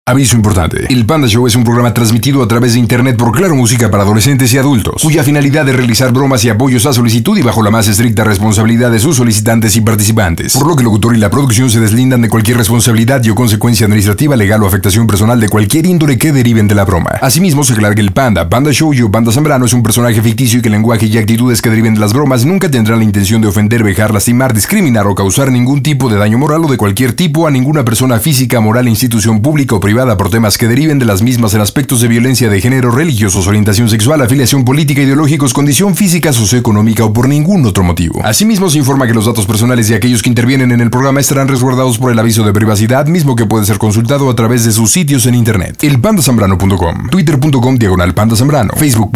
Aviso importante. El Panda Show es un programa transmitido a través de internet por Claro Música para adolescentes y adultos, cuya finalidad es realizar bromas y apoyos a solicitud y bajo la más estricta responsabilidad de sus solicitantes y participantes, por lo que el locutor y la producción se deslindan de cualquier responsabilidad y o consecuencia administrativa, legal o afectación personal de cualquier índole que deriven de la broma. Asimismo, se aclara que el Panda Show o Panda Zambrano es un personaje ficticio y que el lenguaje y actitudes que deriven de las bromas nunca tendrán la intención de ofender, vejar, lastimar, discriminar o causar ningún tipo de daño moral o de cualquier tipo a ninguna persona física, moral, institución pública o privada por temas que deriven de las mismas en aspectos de violencia de género, religiosos, orientación sexual, afiliación política, ideológicos, condición física, socioeconómica o por ningún otro motivo. Asimismo, se informa que los datos personales de aquellos que intervienen en el programa estarán resguardados por el aviso de privacidad, mismo que puede ser consultado a través de sus sitios en internet. Elpandasambrano.com, twitter.com/pandazambrano,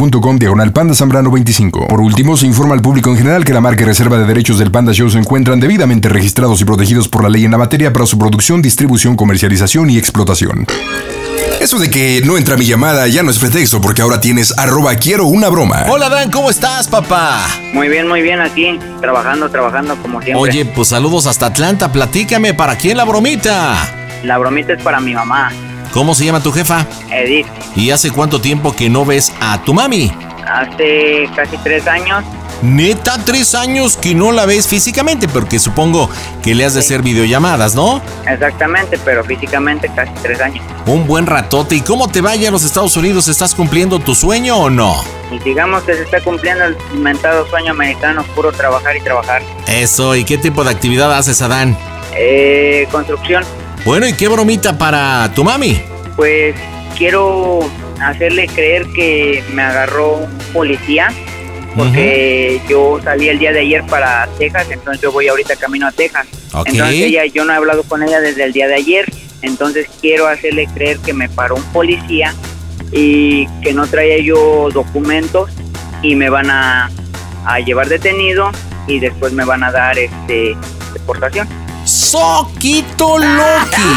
facebook.com/pandazambrano25. Por último, se informa al público en general que la marca y reserva de derechos del Panda Show se encuentran debidamente registrados y protegidos por la ley en la materia para su producción, distribución, comercialización y explotación. Eso de que no entra mi llamada ya no es pretexto, porque ahora tienes @quiero una broma. Hola Dan, ¿cómo estás, papá? Muy bien, aquí, trabajando como siempre. Oye, pues saludos hasta Atlanta, platícame, ¿para quién la bromita? La bromita es para mi mamá. ¿Cómo se llama tu jefa? Edith. ¿Y hace cuánto tiempo que no ves a tu mami? Hace casi 3 años. Neta, 3 años que no la ves físicamente, porque supongo que le has de hacer videollamadas, ¿no? Exactamente, pero físicamente casi 3 años. Un buen ratote. ¿Y cómo te vaya a los Estados Unidos? ¿Estás cumpliendo tu sueño o no? Y digamos que se está cumpliendo el inventado sueño americano, puro trabajar y trabajar. Eso, ¿y qué tipo de actividad haces, Adán? Construcción. Bueno, ¿y qué bromita para tu mami? Pues quiero hacerle creer que me agarró un policía, porque yo salí el día de ayer para Texas, entonces yo voy ahorita camino a Texas. Okay. Entonces yo no he hablado con ella desde el día de ayer, entonces quiero hacerle creer que me paró un policía y que no traía yo documentos y me van a llevar detenido y después me van a dar deportación. ¡Soquito Loki!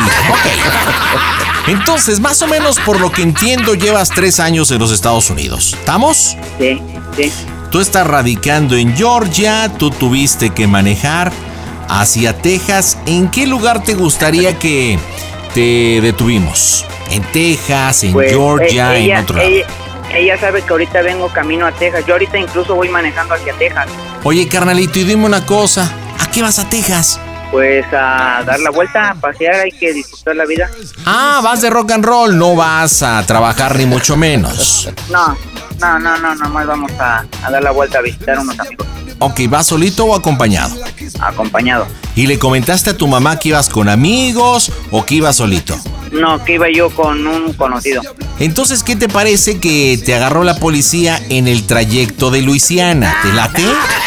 Ok. Entonces, más o menos por lo que entiendo, llevas 3 años en los Estados Unidos. ¿Estamos? Sí. Tú estás radicando en Georgia, tú tuviste que manejar hacia Texas. ¿En qué lugar te gustaría que te detuvimos? ¿En Texas, en Georgia, en otro lado? Ella sabe que ahorita vengo camino a Texas. Yo ahorita incluso voy manejando hacia Texas. Oye, carnalito, y dime una cosa. ¿A qué vas a Texas? Pues a dar la vuelta, a pasear, hay que disfrutar la vida. Ah, vas de rock and roll, no vas a trabajar ni mucho menos. No, nomás vamos a dar la vuelta a visitar a unos amigos. Ok, ¿vas solito o acompañado? Acompañado. ¿Y le comentaste a tu mamá que ibas con amigos o que ibas solito? No, que iba yo con un conocido. Entonces, ¿qué te parece que te agarró la policía en el trayecto de Luisiana? ¿Te late?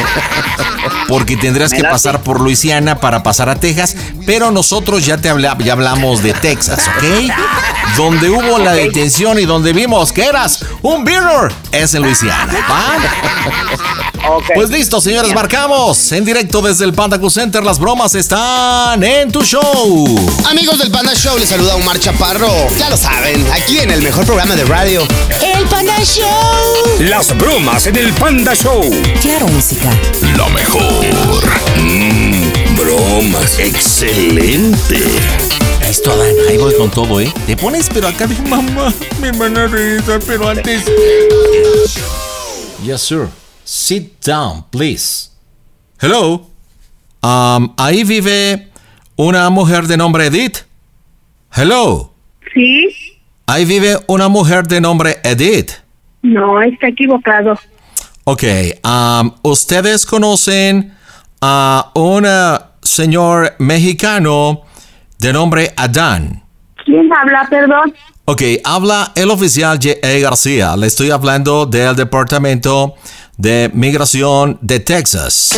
Porque tendrás que pasar por Luisiana para pasar a Texas, pero nosotros ya hablamos de Texas, ¿ok? Donde hubo la detención y donde vimos que eras un beaner es en Luisiana, ¿va? Okay. Pues listo, señores, marcamos en directo desde el Panda Center. Las bromas están en tu show. Amigos del Panda Show, les saluda Omar Chaparro. Ya lo saben, aquí en el mejor programa de radio, El Panda Show. Las bromas en el Panda Show. Claro Música. Lo mejor. Bromas. Excelente. Listo, Adán, ahí voy con todo, ¿eh? Te pones, pero acá de mamá, me van a revisar, pero antes... Yes, sir. Sit down, please. Hello. Ahí vive una mujer de nombre Edith. Hello. Sí. Ahí vive una mujer de nombre Edith. No, está equivocado. Ok. ¿Ustedes conocen a un señor mexicano de nombre Adán? ¿Quién habla, perdón? Ok, habla el oficial J.A. García. Le estoy hablando del Departamento de Migración de Texas.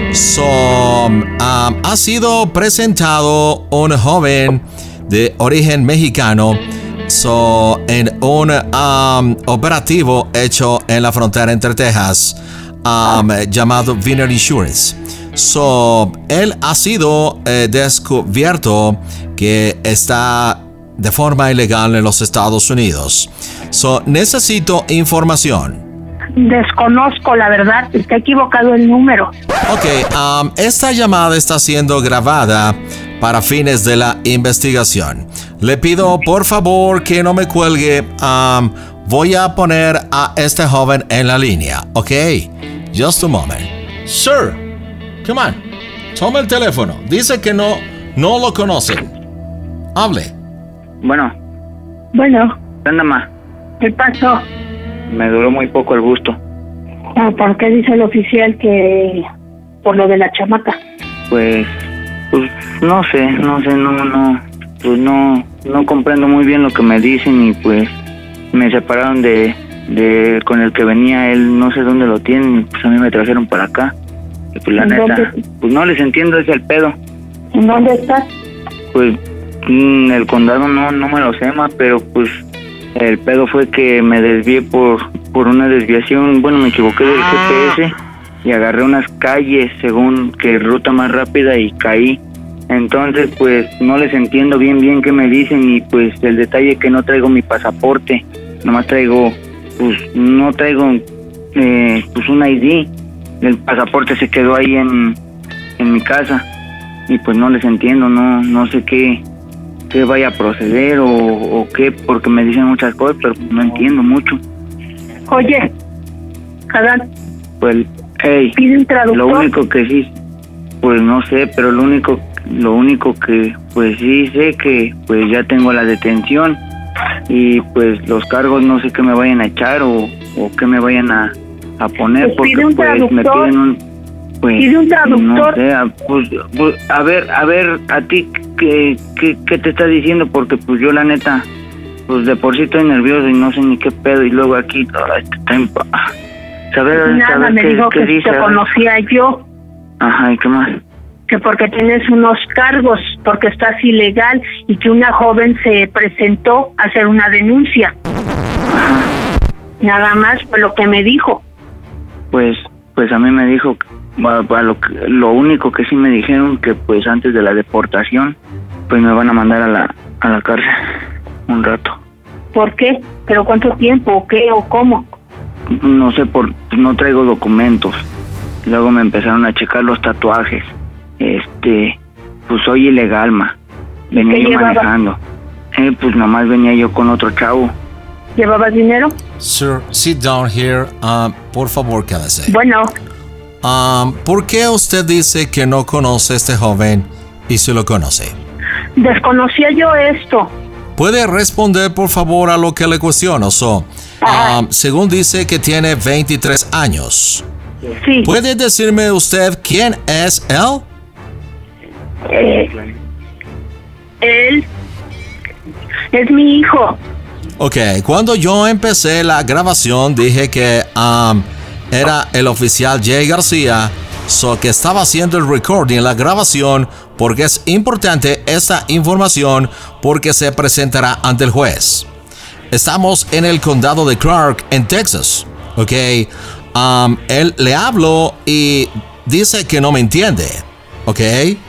Ha sido presentado un joven de origen mexicano en un operativo hecho en la frontera entre Texas llamado Wiener Insurance. Él ha sido descubierto que está de forma ilegal en los Estados Unidos. Necesito información. Desconozco, la verdad, está equivocado el número. Ok, esta llamada está siendo grabada para fines de la investigación. Le pido por favor que no me cuelgue. Voy a poner a este joven en la línea, ¿ok? Just a moment. Sir, come on. Toma el teléfono. Dice que no lo conocen. Hable. Bueno, Bueno, anda más. ¿qué pasó? Me duró muy poco el gusto. ¿Por qué dice el oficial que por lo de la chamaca? Pues no sé, pues no comprendo muy bien lo que me dicen y pues me separaron de con el que venía él, no sé dónde lo tienen, y pues a mí me trajeron para acá. Y pues la ¿En neta, dónde? pues no les entiendo ese el pedo. ¿En dónde estás? Pues el condado no me lo sé más, pero pues el pedo fue que me desvié por una desviación, bueno, me equivoqué del GPS y agarré unas calles según que ruta más rápida y caí. Entonces pues no les entiendo bien qué me dicen y pues el detalle es que no traigo mi pasaporte, nomás traigo, pues no traigo pues un ID. El pasaporte se quedó ahí en mi casa y pues no les entiendo, no sé qué vaya a proceder o qué, porque me dicen muchas cosas, pero no entiendo mucho. Oye, Adán, Pues, hey, pide un traductor. lo único que sí, pues no sé, pero lo único que pues sí sé que pues ya tengo la detención y pues los cargos no sé qué me vayan a echar o qué me vayan a poner, Pues pide porque un pues me traductor. piden un, pues Pide un traductor. no sé, pues a ver a ti qué te está diciendo, porque pues yo la neta pues de por sí estoy nervioso y no sé ni qué pedo y luego aquí Nada, me dijo qué que dice, te a ver. conocía yo, Ajá, ¿y qué más? que porque tienes unos cargos, porque estás ilegal y que una joven se presentó a hacer una denuncia. Nada más fue lo que me dijo. Pues a mí me dijo, lo único que sí me dijeron que pues antes de la deportación pues me van a mandar a la cárcel un rato. ¿Por qué? ¿Pero cuánto tiempo? ¿O qué? ¿O cómo? No sé, no traigo documentos. Luego me empezaron a checar los tatuajes. Pues soy ilegal, venía ¿Qué yo llevaba? manejando. Pues nomás venía yo con otro chavo. ¿Llevabas dinero? Sir, sit down here. Por favor, quédese. Bueno, ¿Por qué usted dice que no conoce a este joven y si lo conoce? desconocía yo esto. ¿Puede responder, por favor, a lo que le cuestiono? Según dice que tiene 23 años. Sí. ¿Puede decirme usted quién es él? Él es mi hijo. Ok, cuando yo empecé la grabación dije que era el oficial Jay García, que estaba haciendo el recording, la grabación, porque es importante esta información porque se presentará ante el juez. Estamos en el condado de Clark, en Texas, ok. Él le hablo y dice que no me entiende, ok.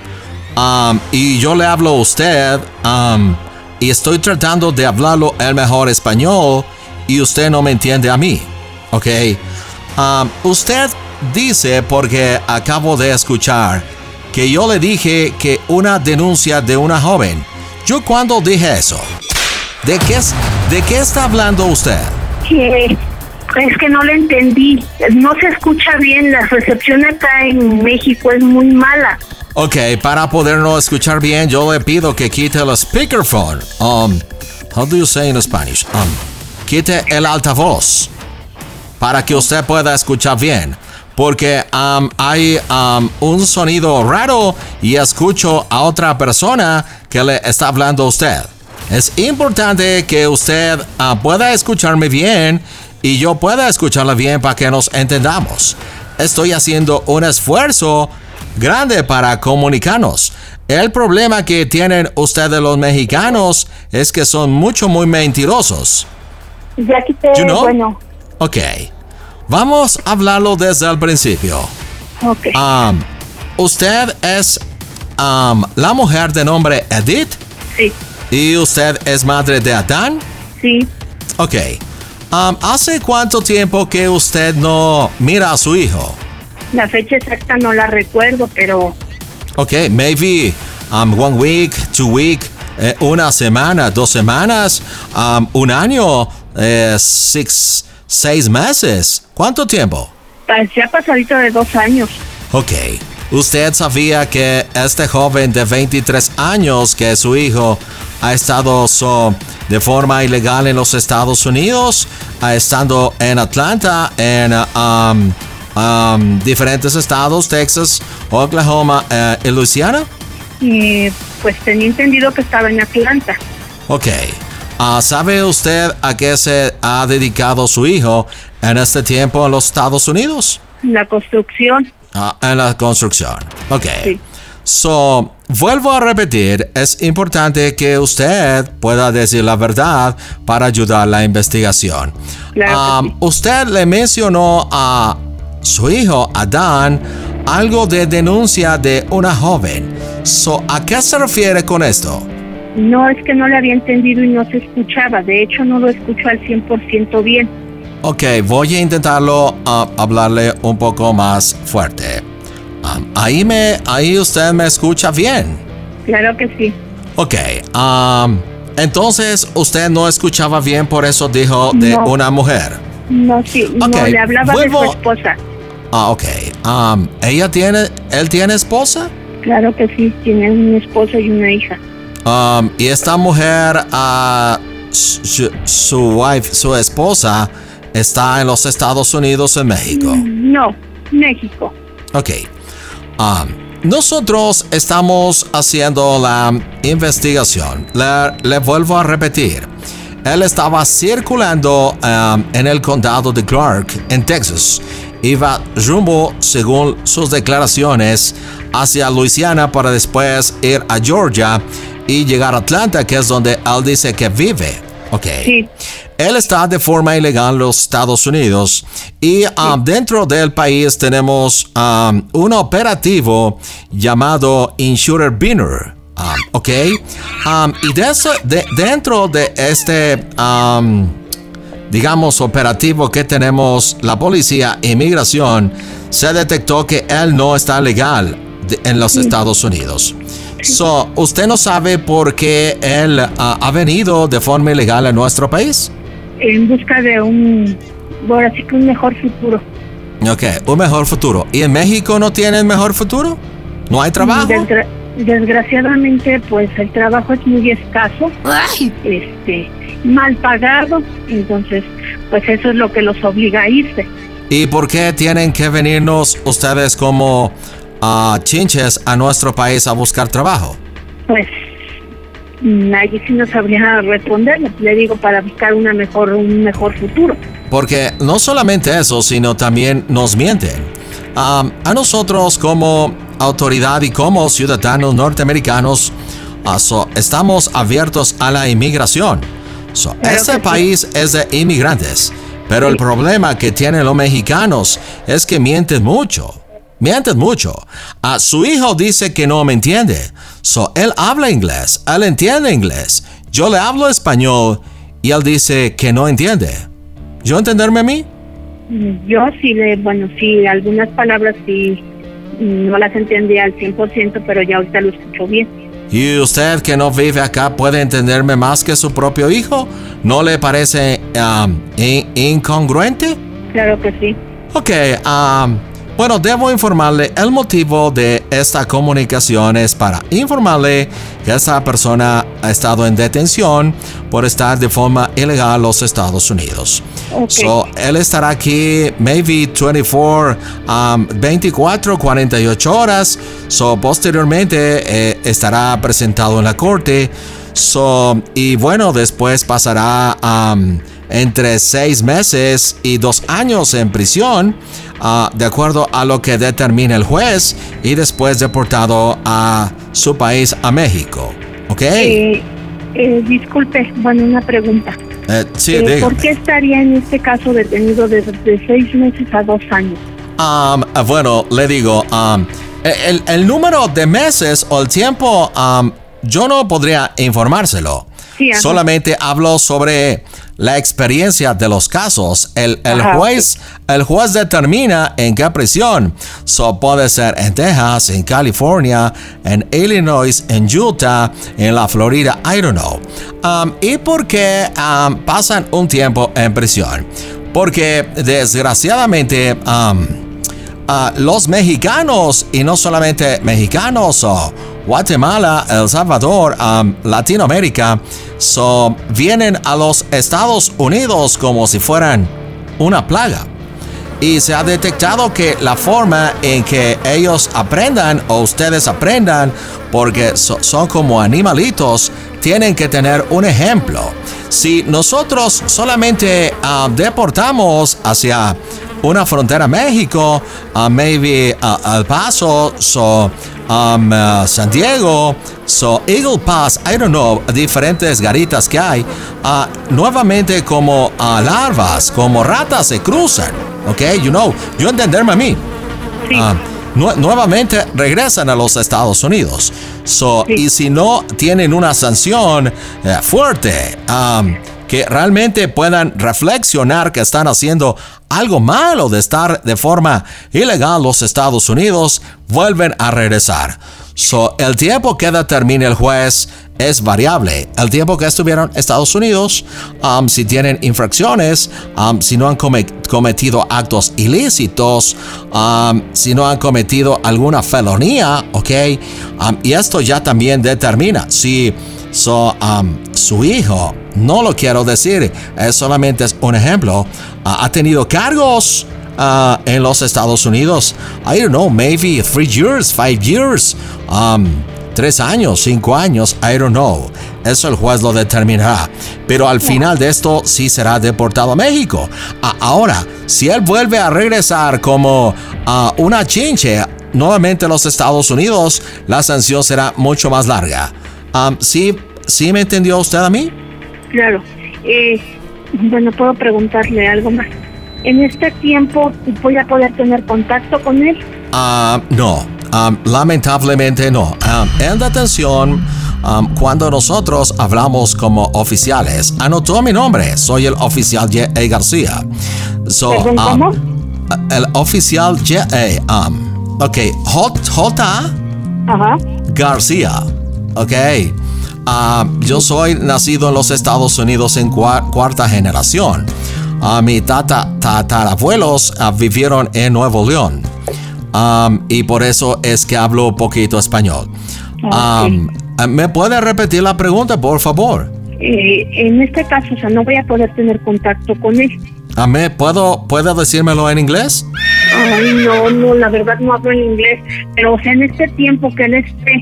Y yo le hablo a usted y estoy tratando de hablarlo el mejor español y usted no me entiende a mí, ok. Usted dice, porque acabo de escuchar, que yo le dije que una denuncia de una joven. ¿Yo cuándo dije eso? ¿De qué está hablando usted? Es que no le entendí. No se escucha bien. La recepción acá en México es muy mala. Ok, para podernos escuchar bien, yo le pido que quite el speakerphone. How do you say in Spanish? Quite el altavoz para que usted pueda escuchar bien. Porque hay un sonido raro y escucho a otra persona que le está hablando a usted. Es importante que usted pueda escucharme bien y yo pueda escucharla bien para que nos entendamos. Estoy haciendo un esfuerzo grande para comunicarnos. El problema que tienen ustedes los mexicanos es que son muy mentirosos. Ya quité, You know? bueno. Ok. Vamos a hablarlo desde el principio. Ok. Usted es la mujer de nombre Edith Sí, y usted es madre de Adán. sí. Ok. ¿Hace cuánto tiempo que usted no mira a su hijo? La fecha exacta no la recuerdo, pero Ok, maybe 1 week, 2 week, una semana, 2 semanas, 1 año, 6 meses. ¿Cuánto tiempo? Ya pasadito de 2 años. Ok. ¿Usted sabía que este joven de 23 años, que es su hijo, ha estado de forma ilegal en los Estados Unidos, estando en Atlanta, en diferentes estados, Texas, Oklahoma y Luisiana? Pues tenía entendido que estaba en Atlanta. Ok. ¿Sabe usted a qué se ha dedicado su hijo en este tiempo en los Estados Unidos? La construcción. En la construcción. Ok. Sí. Vuelvo a repetir, es importante que usted pueda decir la verdad para ayudar a la investigación. Claro que sí. Usted le mencionó a su hijo, Adán, algo de denuncia de una joven. ¿A qué se refiere con esto? No, es que no le había entendido y no se escuchaba. De hecho, no lo escucho al 100% bien. Ok, voy a intentarlo hablarle un poco más fuerte. Ahí usted me escucha bien. Claro que sí. Ok, entonces usted no escuchaba bien, por eso dijo de una mujer. No, sí, Okay, no, le hablaba de su esposa. Ok. ¿Él tiene esposa? Claro que sí, tiene una esposa y una hija. Y esta mujer, su esposa, está en los Estados Unidos, en México. No, México. Ok. Nosotros estamos haciendo la investigación. Le vuelvo a repetir. Él estaba circulando en el condado de Clark, en Texas. Iba rumbo, según sus declaraciones, hacia Luisiana para después ir a Georgia y llegar a Atlanta, que es donde él dice que vive. Ok. Sí. Él está de forma ilegal en los Estados Unidos y dentro del país tenemos un operativo llamado Insurer Binner. Ok. Y dentro de este, digamos, operativo que tenemos, la policía e inmigración se detectó que él no está legal en los Estados Unidos. ¿Usted no sabe por qué él ha venido de forma ilegal a nuestro país? En busca de un mejor futuro. Ok, un mejor futuro. ¿Y en México no tienen mejor futuro? ¿No hay trabajo? Desgraciadamente, pues el trabajo es muy escaso. Ay. Mal pagado. Entonces, pues eso es lo que los obliga a irse. ¿Y por qué tienen que venirnos ustedes como chinches a nuestro país a buscar trabajo? Pues nadie sí no sabría responderle. Le digo, para buscar un mejor futuro. Porque no solamente eso, sino también nos mienten. A nosotros como autoridad y como ciudadanos norteamericanos estamos abiertos a la inmigración. Este país es de inmigrantes, pero el problema que tienen los mexicanos es que mienten mucho. Su hijo dice que no me entiende. Él habla inglés, él entiende inglés. Yo le hablo español y él dice que no entiende. ¿Yo entenderme a mí? Yo sí, sí, algunas palabras sí no las entendía al 100%, pero ya ahorita lo escucho bien. ¿Y usted que no vive acá puede entenderme más que su propio hijo? ¿No le parece incongruente? Claro que sí. Ok, bueno, debo informarle, el motivo de esta comunicación es para informarle que esta persona ha estado en detención por estar de forma ilegal en los Estados Unidos. Okay. Él estará aquí maybe 24, 48 horas. Posteriormente estará presentado en la corte. Y bueno, después pasará entre 6 meses y 2 años en prisión, de acuerdo a lo que determine el juez, y después deportado a su país, a México. ¿Ok? Disculpe, una pregunta. Sí, dígame. ¿Por qué estaría en este caso detenido de 6 meses a 2 años? Bueno, le digo, el número de meses o el tiempo, yo no podría informárselo. Sí, solamente hablo sobre la experiencia de los casos. El juez determina en qué prisión. Puede ser en Texas, en California, en Illinois, en Utah, en la Florida, I don't know. ¿Y por qué pasan un tiempo en prisión? Porque desgraciadamente los mexicanos, y no solamente mexicanos, Guatemala, El Salvador, Latinoamérica, vienen a los Estados Unidos como si fueran una plaga. Y se ha detectado que la forma en que ellos aprendan o ustedes aprendan, porque son como animalitos, tienen que tener un ejemplo. Si nosotros solamente deportamos hacia una frontera México, maybe El Paso, San Diego, Eagle Pass, I don't know, diferentes garitas que hay, nuevamente como larvas, como ratas se cruzan, ¿ok? You entenderme a mí. Sí. Nuevamente regresan a los Estados Unidos. Sí. Y si no tienen una sanción fuerte, que realmente puedan reflexionar que están haciendo algo malo de estar de forma ilegal en los Estados Unidos, vuelven a regresar. El tiempo que determine el juez es variable. El tiempo que estuvieron en Estados Unidos, si tienen infracciones, si no han cometido actos ilícitos, si no han cometido alguna felonía, ¿ok? Y esto ya también determina si su hijo, no lo quiero decir, solamente es un ejemplo, ha tenido cargos en los Estados Unidos, I don't know, maybe 3 years, 5 years, 3 años, 5 años, I don't know. Eso el juez lo determinará. Pero al final de esto sí será deportado a México. Ahora, si él vuelve a regresar como una chinche nuevamente a los Estados Unidos, la sanción será mucho más larga. ¿Sí me entendió usted a mí? Claro. Bueno, puedo preguntarle algo más. ¿En este tiempo voy a poder tener contacto con él? No. Lamentablemente no. En detención, cuando nosotros hablamos como oficiales, anotó mi nombre. Soy el oficial J.A. García. ¿Perdón, cómo? El oficial J.A. J. García. Ok. Yo soy nacido en los Estados Unidos en cuarta generación. Mi tatarabuelos vivieron en Nuevo León. Y por eso es que hablo poquito español. ¿Me puede repetir la pregunta, por favor? En este caso, no voy a poder tener contacto con él. ¿Puedo decírmelo en inglés? Ay, no, la verdad no hablo en inglés. Pero, en este tiempo que él esté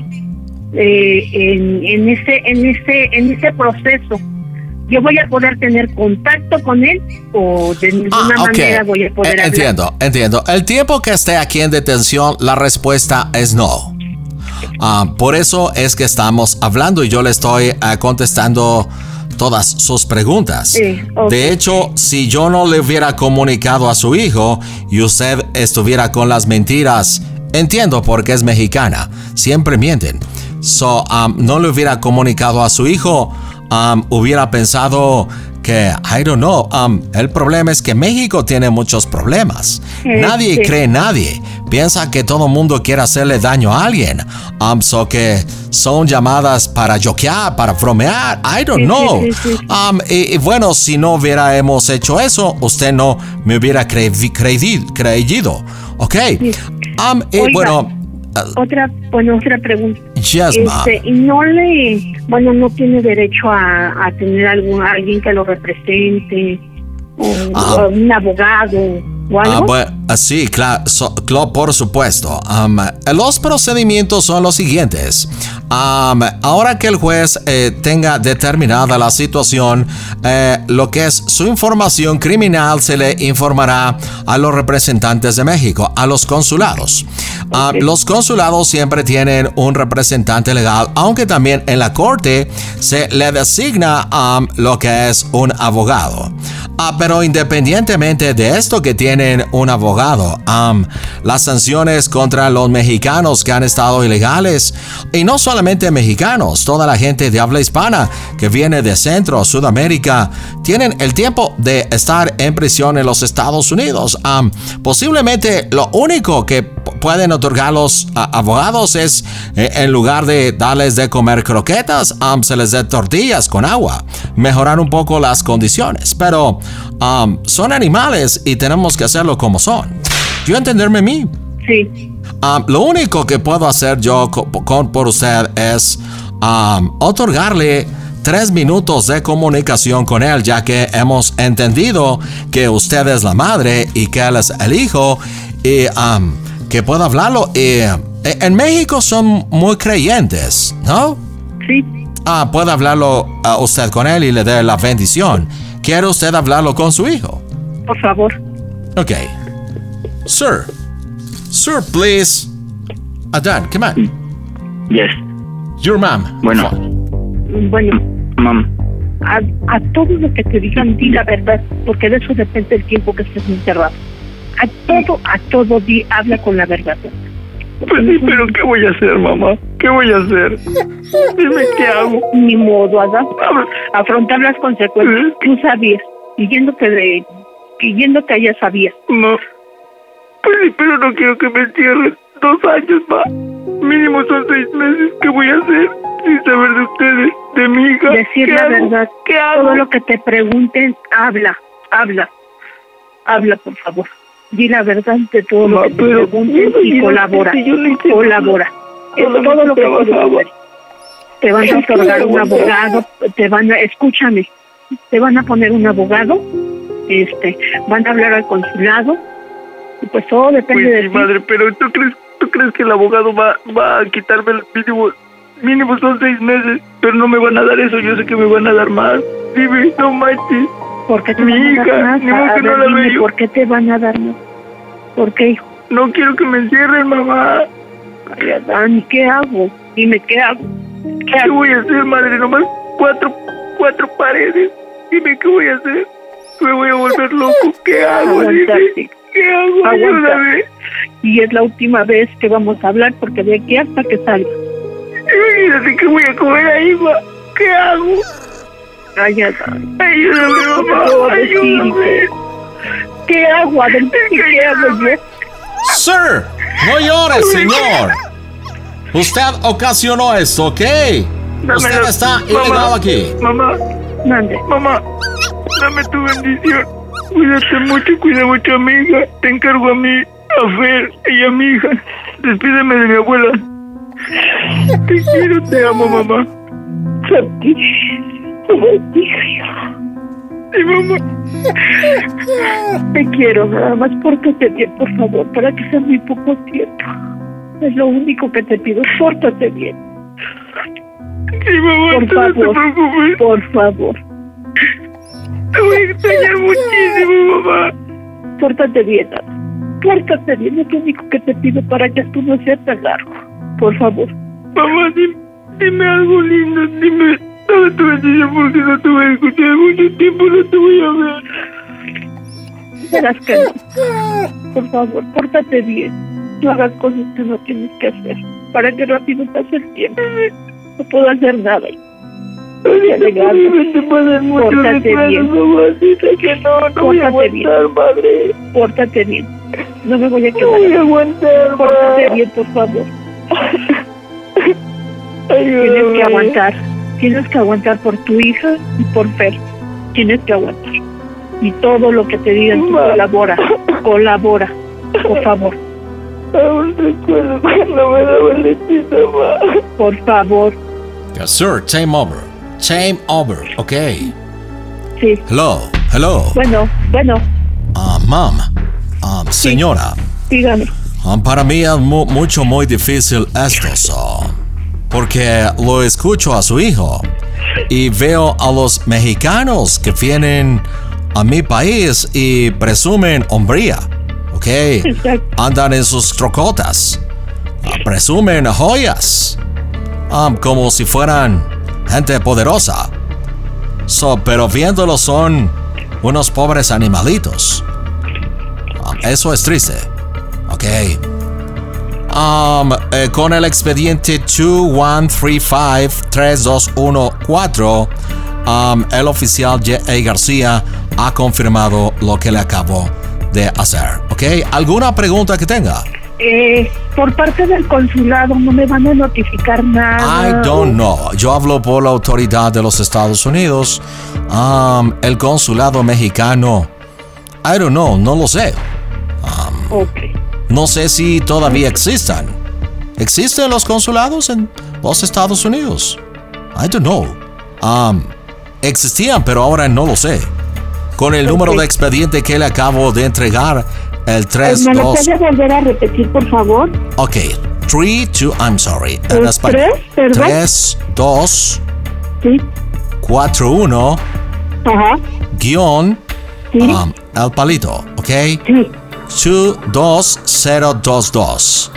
en ese proceso, ¿yo voy a poder tener contacto con él o de ninguna manera voy a poder hablar? Entiendo. El tiempo que esté aquí en detención, la respuesta es no. Por eso es que estamos hablando y yo le estoy contestando todas sus preguntas. De hecho, si yo no le hubiera comunicado a su hijo y usted estuviera con las mentiras, entiendo porque es mexicana, siempre mienten. No le hubiera comunicado a su hijo, hubiera pensado que, I don't know, el problema es que México tiene muchos problemas. Nadie cree en nadie. Piensa que todo el mundo quiere hacerle daño a alguien. Que son llamadas para jokear, para bromear, I don't know. Y bueno, si no hubiéramos hecho eso, usted no me hubiera creído. Ok. Bueno. Otra pregunta. Yes, no tiene derecho a tener alguien que lo represente, o un abogado o algo. Sí, claro, por supuesto. Los procedimientos son los siguientes. Ahora que el juez tenga determinada la situación, lo que es su información criminal se le informará a los representantes de México, a los consulados. Los consulados siempre tienen un representante legal, aunque también en la corte se le designa lo que es un abogado. Pero independientemente de esto que tienen un abogado abogado. Las sanciones contra los mexicanos que han estado ilegales, y no solamente mexicanos, toda la gente de habla hispana que viene de Centro, Sudamérica, tienen el tiempo de estar en prisión en los Estados Unidos. Posiblemente lo único que pueden otorgar los abogados es, en lugar de darles de comer croquetas, se les dé tortillas con agua, mejorar un poco las condiciones. Pero son animales y tenemos que hacerlo como son. ¿Yo entenderme a mí? Sí. Lo único que puedo hacer yo por usted es otorgarle 3 minutos de comunicación con él, ya que hemos entendido que usted es la madre y que él es el hijo, y que pueda hablarlo. En México son muy creyentes, ¿no? Sí. Puede hablarlo usted con él y le dé la bendición. ¿Quiere usted hablarlo con su hijo? Por favor. Ok. Sir, please. Dad, come on. Yes. Your mom. Bueno. Bueno, Mam. a todo lo que te digan, di la verdad, porque de eso depende el tiempo que estés encerrado. A todo, habla con la verdad. Pues sí, pero ¿qué voy a hacer, mamá? ¿Qué voy a hacer? Dime qué hago. Ni modo, Adán. Afrontar las consecuencias. Tú sabías. Y yéndote allá sabías. No. Pues sí, pero no quiero que me encierren 2 años más. Mínimo son 6 meses. ¿Qué voy a hacer sin saber de ustedes, de mi hija? Decir la verdad. ¿Qué hago? Todo lo que te pregunten, habla, por favor. Di la verdad de todo lo que te pregunten y colabora. Colabora. Es todo lo que puedes hacer. Te van a otorgar un abogado, escúchame, te van a poner un abogado, van a hablar al consulado, y pues todo depende de ti. Madre, pero ¿tú crees que el abogado va a quitarme el mínimo son 6 meses, pero no me van a dar eso, yo sé que me van a dar más? Dime, no manches. ¿Por qué te mi van a hija, dar más? ni modo que no la Dime, veo. ¿por qué te van a dar más? ¿Por qué, hijo? No quiero que me encierren, mamá. Ay, Adán, ¿y qué hago? Dime, ¿qué hago? ¿Qué voy a hacer, madre? Nomás cuatro paredes. Dime, ¿qué voy a hacer? Me voy a volver loco. ¿Qué hago? Dime, ¿qué hago? Ayúdame. Y es la última vez que vamos a hablar, porque de aquí hasta que salga. Imagínate que voy a comer ahí, ma. ¿Qué hago? Ay, Adán. Ayúdame, mamá. Ayúdame. ¿Qué hago, Adán? ¿Qué hago yo? Sir, no llore, señor. Usted ocasionó esto, ¿ok? Usted está ilegal aquí. Mamá, mande. Mamá, dame tu bendición. Cuídate mucho, cuida mucho a mi hija. Te encargo a mí, a Fer y a mi hija. Despídeme de mi abuela. Te quiero, te amo, mamá. Sí, mamá. Te quiero, nada más pórtate bien, por favor, para que sea muy poco tiempo. Es lo único que te pido, pórtate bien. Sí, mamá, por favor, no te preocupes. Por favor. Te voy a extrañar muchísimo, mamá. Pórtate bien, Ana. Pórtate bien, es lo único que te pido para que esto no sea tan largo. Por favor. Mamá, dime algo lindo, dime. Dame tu bendición porque no te voy a escuchar mucho tiempo, no te voy a ver. Verás que no. Por favor, pórtate bien. No hagas cosas que no tienes que hacer. Para que rápido pase el tiempo. No puedo hacer nada. Te pasan mucho retrasos, mamacita, que no voy a aguantar, madre. Pórtate bien. No me voy a quedar. No voy a aguantar, pórtate bien, por favor. Tienes que aguantar. Tienes que aguantar por tu hija y por Fer. Tienes que aguantar. Y todo lo que te digan, tú colabora. Por favor. Aún recuerdo cuando me daba lechita, ma. Por favor. Yes, sir. Time over. Okay. Sí. Hello. Bueno. Mom. Señora. Dígame. Para mí es muy difícil esto, porque lo escucho a su hijo y veo a los mexicanos que vienen a mi país y presumen hombría, ¿ok? Andan en sus trocotas, presumen joyas, como si fueran gente poderosa. Pero viéndolos son unos pobres animalitos. eso es triste. Ok. Con el expediente 2135-3214, el oficial J.A. García ha confirmado lo que le acabo de hacer. ¿Ok? ¿Alguna pregunta que tenga? Por parte del consulado no me van a notificar nada. I don't know. Yo hablo por la autoridad de los Estados Unidos. El consulado mexicano. I don't know. No lo sé. Okay. No sé si todavía existan. ¿Existen los consulados en los Estados Unidos? I don't know. Existían, pero ahora no lo sé. Con el número de expediente que le acabo de entregar, el 32... ¿Me lo puede volver a repetir, por favor? Ok. 32... Sí. 41... Ajá. Guión... Sí. El palito, ¿ok? Sí. 22022.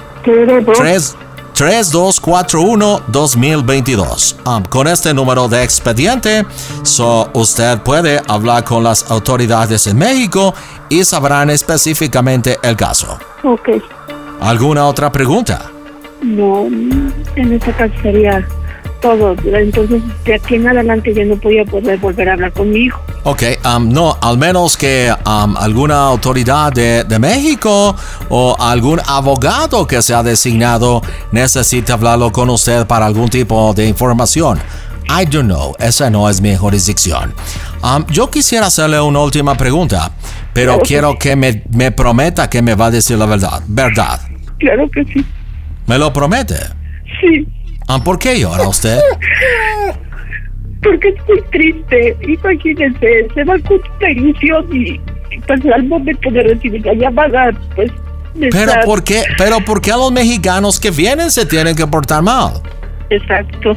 3241-2022. Con este número de expediente, usted puede hablar con las autoridades en México y sabrán específicamente el caso. Ok. ¿Alguna otra pregunta? No, en este caso sería todo. Entonces, de aquí en adelante ya no podía poder volver a hablar con mi hijo. Ok, no, al menos que alguna autoridad de México o algún abogado que sea designado necesite hablarlo con usted para algún tipo de información. I don't know, esa no es mi jurisdicción. Yo quisiera hacerle una última pregunta, pero quiero que me prometa que me va a decir la verdad. ¿Verdad? Claro que sí. ¿Me lo promete? Sí. ¿Por qué llora usted? Porque es muy triste. Imagínense, se va con una ilusión y pues al momento de recibir la llamada, pues... ¿Pero por qué a los mexicanos que vienen se tienen que portar mal? Exacto.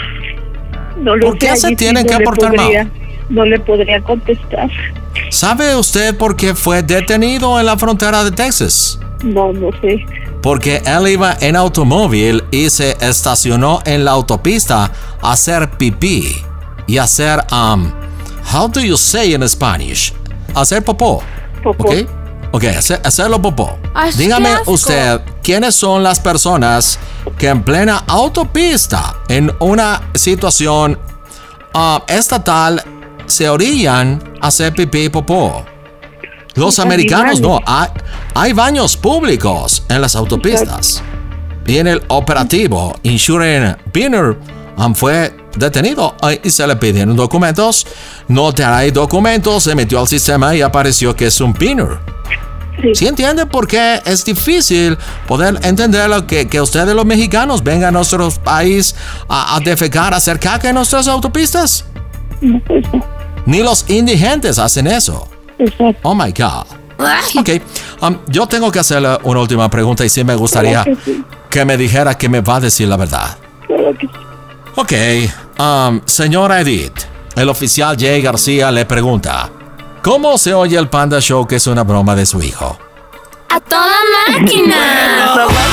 No lo ¿Por qué se tienen que portar mal? No le podría contestar. ¿Sabe usted por qué fue detenido en la frontera de Texas? No sé. Porque él iba en automóvil y se estacionó en la autopista a hacer pipí y hacer, how do you say in Spanish? Hacer popó. Popó. Ok, hacerlo popó. Dígame usted, ¿quiénes son las personas que en plena autopista, en una situación estatal, se orillan a hacer pipí y popó? Los americanos no. Hay baños públicos en las autopistas. Y en el operativo, Insurance Pinner fue detenido y se le pidieron documentos. No trae documentos, se metió al sistema y apareció que es un pinner. ¿Sí entiende por qué es difícil poder entender lo que ustedes los mexicanos vengan a nuestro país a defecar, a hacer caca en nuestras autopistas? No, pues no. Ni los indigentes hacen eso. Exacto. Oh my God. Ok, yo tengo que hacerle una última pregunta y sí me gustaría que me dijera que me va a decir la verdad. Claro que sí. Ok, señora Edith, el oficial J. García le pregunta, ¿cómo se oye el Panda Show que es una broma de su hijo? ¡A toda máquina!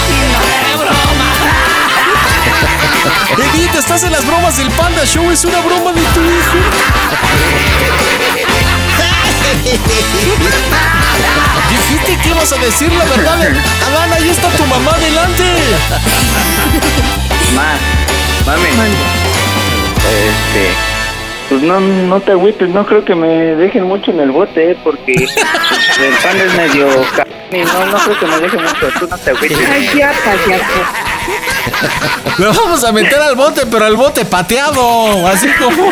Edith, estás en las bromas del Panda Show, es una broma de tu hijo. Dijiste que ibas a decir la verdad. Adán, ahí está tu mamá, adelante. Mami. Pues no te agüites, no creo que me dejen mucho en el bote, porque el Panda es medio y no creo que me dejen mucho, tú no te agüites. Ay, ya. Lo vamos a meter al bote, pero al bote pateado, así como...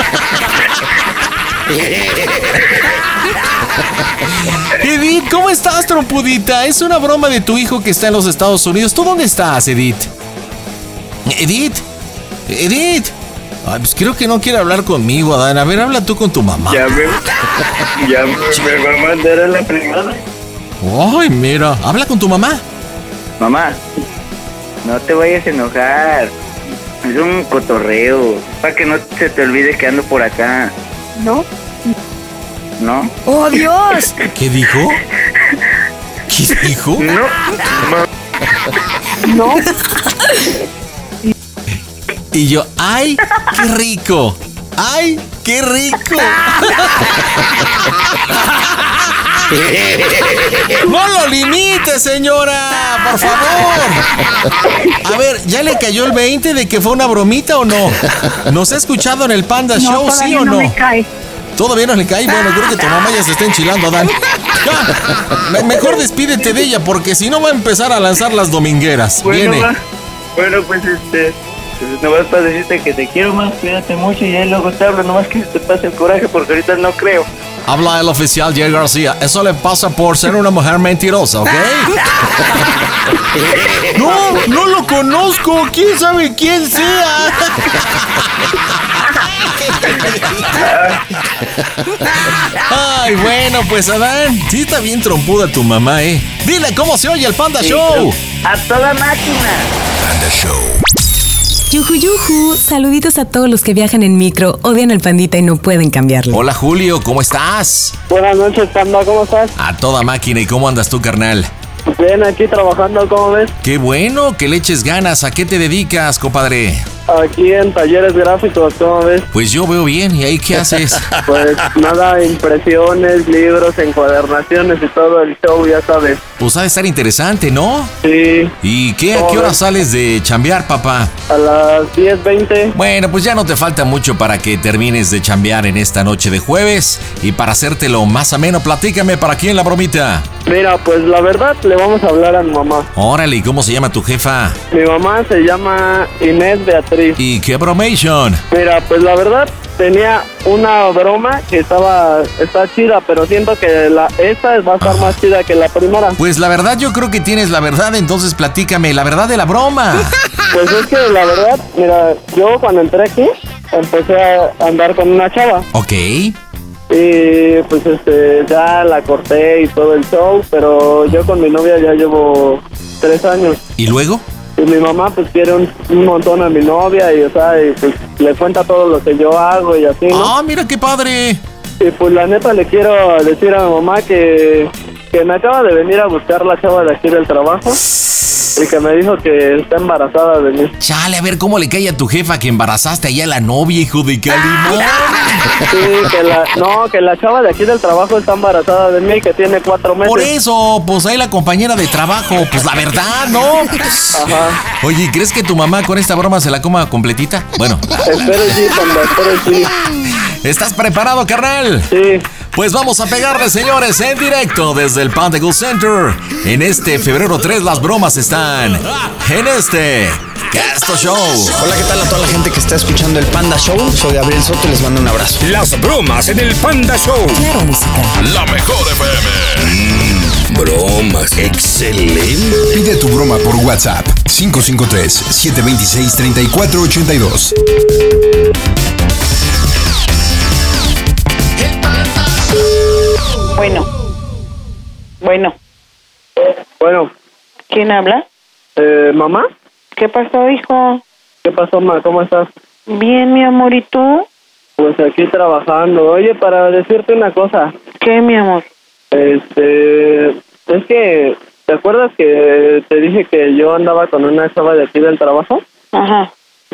Edith, ¿cómo estás, trompudita? Es una broma de tu hijo que está en los Estados Unidos. ¿Tú dónde estás, Edith? Edith. Ay, pues creo que no quiere hablar conmigo, Adán. A ver, habla tú con tu mamá. Ya me va a mandar a la privada. Ay, mira, habla con tu mamá. Mamá, no te vayas a enojar. Es un cotorreo. Para que no se te olvide que ando por acá. ¿No? ¡Oh, Dios! ¿Qué dijo? ¿Qué dijo? No. Y yo, ¡ay, qué rico! ¡Ay, qué rico! ¡No lo limite, señora! ¡Por favor! A ver, ¿ya le cayó el 20 de que fue una bromita o no? ¿Nos ha escuchado en el Panda Show, sí o no? No me cae. ¿Todavía no le cae? Bueno, creo que tu mamá ya se está enchilando, Dan. Ya, mejor despídete de ella, porque si no va a empezar a lanzar las domingueras. Viene. Bueno, pues nomás para decirte que te quiero más, cuídate mucho y ahí luego te hablo, nomás que te pase el coraje porque ahorita no creo. Habla el oficial Jerry García. Eso le pasa por ser una mujer mentirosa, ¿ok? No lo conozco. ¿Quién sabe quién sea? Ay, bueno, pues Adán, sí está bien trompuda tu mamá, ¿eh? Dile cómo se oye el Panda Show. A toda máquina. Panda Show. Yuju, saluditos a todos los que viajan en micro, odian al pandita y no pueden cambiarlo. Hola Julio, ¿cómo estás? Buenas noches, Panda, ¿cómo estás? A toda máquina, ¿y cómo andas tú, carnal? Bien, aquí trabajando, ¿cómo ves? Qué bueno, que le eches ganas. ¿A qué te dedicas, compadre? Aquí en talleres gráficos, ¿cómo ves? Pues yo veo bien, ¿y ahí qué haces? Pues nada, impresiones, libros, encuadernaciones y todo el show, ya sabes. Pues ha de estar interesante, ¿no? Sí. ¿Y qué? ¿A qué hora sales de chambear, papá? A las 10:20. Bueno, pues ya no te falta mucho para que termines de chambear en esta noche de jueves. Y para hacértelo más ameno, platícame, ¿para quién la bromita? Mira, pues la verdad le vamos a hablar a mi mamá. Órale, ¿y cómo se llama tu jefa? Mi mamá se llama Inés Beatriz. ¿Y qué bromation? Mira, pues la verdad tenía una broma que está chida, pero siento que esta va a estar más chida que la primera. Pues la verdad yo creo que tienes la verdad, entonces platícame la verdad de la broma. Pues es que la verdad, mira, yo cuando entré aquí empecé a andar con una chava. Ok. Y pues ya la corté y todo el show, pero yo con mi novia ya llevo 3 años. ¿Y luego? Y mi mamá pues quiere un montón a mi novia y, o sea, y, pues, le cuenta todo lo que yo hago y así, ¿no? ¡Ah, mira qué padre! Y pues la neta le quiero decir a mi mamá que me acaba de venir a buscar la chava de aquí del trabajo y que me dijo que está embarazada de mí. Chale, a ver cómo le cae a tu jefa que embarazaste allá a la novia, hijo de Calimán. Sí, que la chava de aquí del trabajo está embarazada de mí, que tiene 4 meses. Por eso, pues ahí la compañera de trabajo, pues la verdad, ¿no? Ajá. Oye, ¿crees que tu mamá con esta broma se la coma completita? Bueno. Espero sí, Panda, espero sí. ¿Estás preparado, carnal? Sí. Pues vamos a pegarle, señores, en directo desde el Panda Go Center. En este febrero 3 las bromas están en este Casto Show. Hola, ¿qué tal a toda la gente que está escuchando el Panda Show? Soy Gabriel Soto y les mando un abrazo. Las bromas en el Panda Show. Claro, música. La mejor FM. Bromas. Excelente. Pide tu broma por WhatsApp 553-726-3482. Bueno. ¿Quién habla? ¿Mamá? ¿Qué pasó, hijo? ¿Qué pasó, ma? ¿Cómo estás? Bien, mi amor, ¿y tú? Pues aquí trabajando. Oye, para decirte una cosa. ¿Qué, mi amor? Es que, ¿te acuerdas que te dije que yo andaba con una chava de aquí del trabajo? Ajá.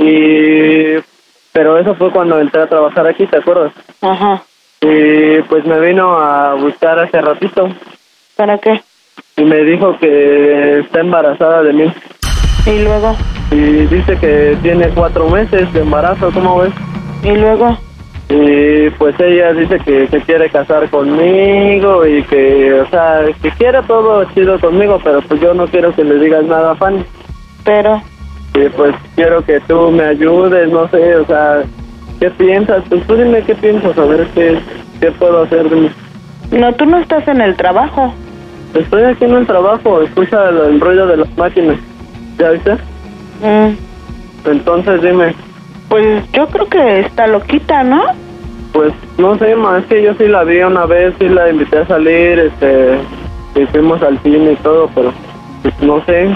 Pero eso fue cuando entré a trabajar aquí, ¿te acuerdas? Ajá. Y pues me vino a buscar hace ratito. ¿Para qué? Y me dijo que está embarazada de mí. ¿Y luego? Y dice que tiene 4 meses de embarazo, ¿cómo ves? ¿Y luego? Y pues ella dice que se quiere casar conmigo y que, o sea, que quiere todo chido conmigo, pero pues yo no quiero que le digas nada a Fanny. Pero... Y pues quiero que tú me ayudes, no sé, o sea, ¿qué piensas? Pues tú dime qué piensas, a ver qué puedo hacer de mí. No, tú no estás en el trabajo. Estoy aquí en el trabajo, escucha el rollo de las máquinas. ¿Ya viste? Entonces dime. Pues yo creo que está loquita, ¿no? Pues no sé, ma, es que yo sí la vi una vez, sí la invité a salir, y fuimos al cine y todo, pero pues no sé.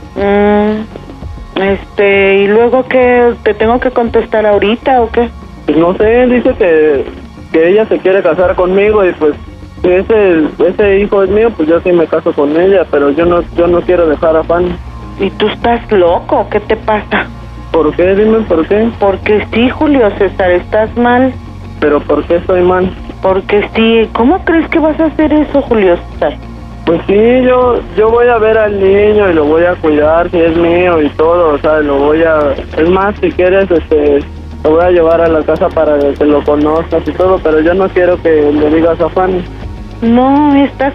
¿Y luego qué? ¿Te tengo que contestar ahorita o qué? Pues no sé, dice que ella se quiere casar conmigo y pues si ese hijo es mío, pues yo sí me caso con ella, pero yo no quiero dejar a Fanny. ¿Y tú estás loco? ¿Qué te pasa? ¿Por qué? Dime, ¿por qué? Porque sí, Julio César, estás mal. ¿Pero por qué estoy mal? Porque sí, ¿cómo crees que vas a hacer eso, Julio César? Pues sí, yo voy a ver al niño y lo voy a cuidar, si es mío y todo, o sea, lo voy a... Es más, si quieres, lo voy a llevar a la casa para que lo conozcas y todo, pero yo no quiero que le digas a Fanny. No, estás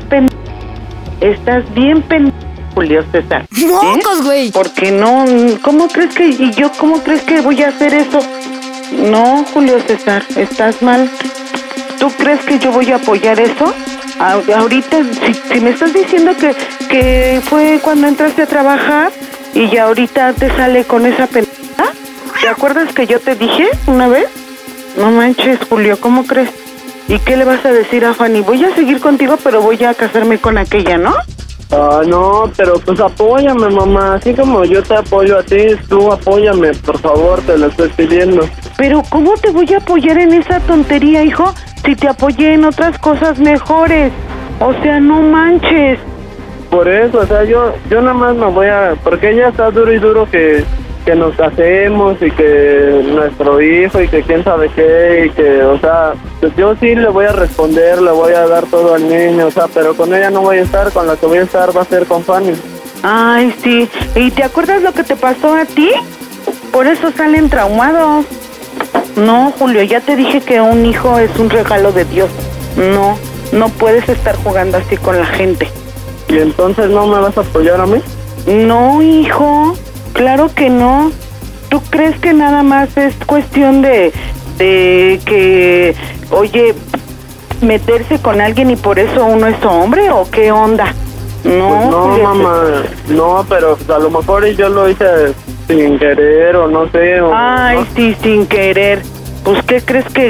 bien Julio César. ¡Mocos, güey! Porque no, ¿cómo crees que voy a hacer eso? No, Julio César, estás mal. ¿Tú crees que yo voy a apoyar eso? Ahorita, si me estás diciendo que fue cuando entraste a trabajar y ya ahorita te sale con esa pendeja, ¿te acuerdas que yo te dije una vez? No manches, Julio, ¿cómo crees? ¿Y qué le vas a decir a Fanny? Voy a seguir contigo, pero voy a casarme con aquella, ¿no? No, pero pues apóyame, mamá. Así como yo te apoyo a ti, tú apóyame, por favor, te lo estoy pidiendo. Pero ¿cómo te voy a apoyar en esa tontería, hijo? Si te apoyé en otras cosas mejores. O sea, no manches. Por eso, o sea, yo nada más me voy a... Porque ella está duro y duro que nos casemos y que nuestro hijo y que quién sabe qué y que, o sea, yo sí le voy a responder, le voy a dar todo al niño, o sea, pero con ella no voy a estar, con la que voy a estar va a ser con Fanny. Ay, sí. ¿Y te acuerdas lo que te pasó a ti? Por eso salen traumados. No, Julio, ya te dije que un hijo es un regalo de Dios. No puedes estar jugando así con la gente. ¿Y entonces no me vas a apoyar a mí? No, hijo. Claro que no. ¿Tú crees que nada más es cuestión de que, oye, meterse con alguien y por eso uno es hombre o qué onda? No, pues no, mamá, no, pero a lo mejor yo lo hice sin querer o no sé. Ay, ¿no? Sí, sin querer. Pues, ¿qué crees que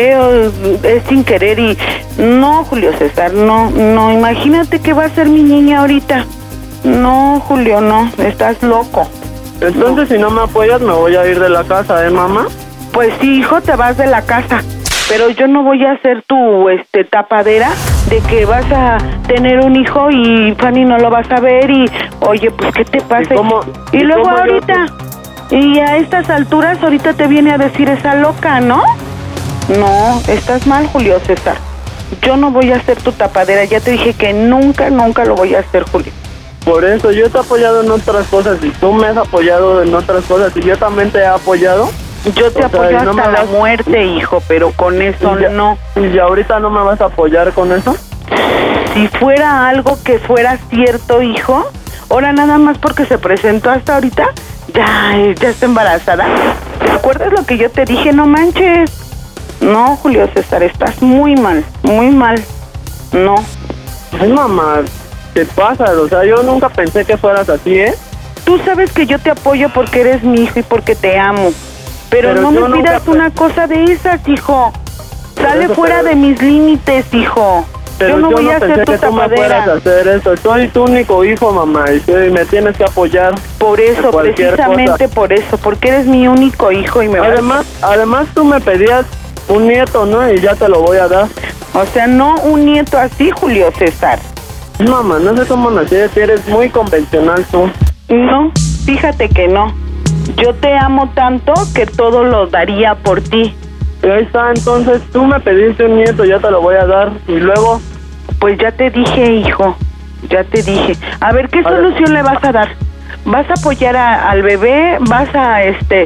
es sin querer? Y no, Julio César, no, imagínate qué va a hacer mi niña ahorita. No, Julio, no, estás loco. Entonces, si no me apoyas, me voy a ir de la casa, ¿eh, mamá? Pues sí, hijo, te vas de la casa. Pero yo no voy a ser tu tapadera de que vas a tener un hijo y Fanny no lo vas a ver y, oye, pues, ¿qué te pasa? Y luego ahorita, y a estas alturas, ahorita te viene a decir esa loca, ¿no? No, estás mal, Julio César. Yo no voy a ser tu tapadera. Ya te dije que nunca lo voy a hacer, Julio. Por eso, yo te he apoyado en otras cosas y tú me has apoyado en otras cosas y yo también te he apoyado. Yo te apoyo hasta la muerte, hijo, pero con eso no. ¿Y ahorita no me vas a apoyar con eso? Si fuera algo que fuera cierto, hijo, ahora nada más porque se presentó hasta ahorita, ya está embarazada. ¿Te acuerdas lo que yo te dije? No manches. No, Julio César, estás muy mal, muy mal. No. Ay, mamá, ¿qué pasa? O sea, yo nunca pensé que fueras así, ¿eh? Tú sabes que yo te apoyo porque eres mi hijo y porque te amo. Pero no me pidas una cosa de esas, hijo. Sale fuera de mis límites, hijo. Pero yo no voy a pensé ser tu que tú me tapadera. fueras a hacer eso. Soy tu único hijo, mamá, y me tienes que apoyar. Por eso, precisamente por eso, porque eres mi único hijo y me Además, tú me pedías un nieto, ¿no? Y ya te lo voy a dar. O sea, no un nieto así, Julio César. Mamá, no sé cómo naciste, eres muy convencional tú. No, fíjate que no. Yo te amo tanto que todo lo daría por ti. Y ahí está, entonces tú me pediste un nieto, ya te lo voy a dar. Y luego... Pues ya te dije, hijo, ya te dije. A ver, ¿qué solución le vas a dar? ¿Vas a apoyar al bebé? ¿Vas a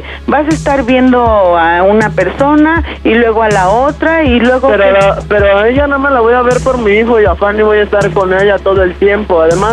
estar viendo a una persona y luego a la otra y luego... Pero a ella nada más la voy a ver por mi hijo y a Fanny voy a estar con ella todo el tiempo. Además,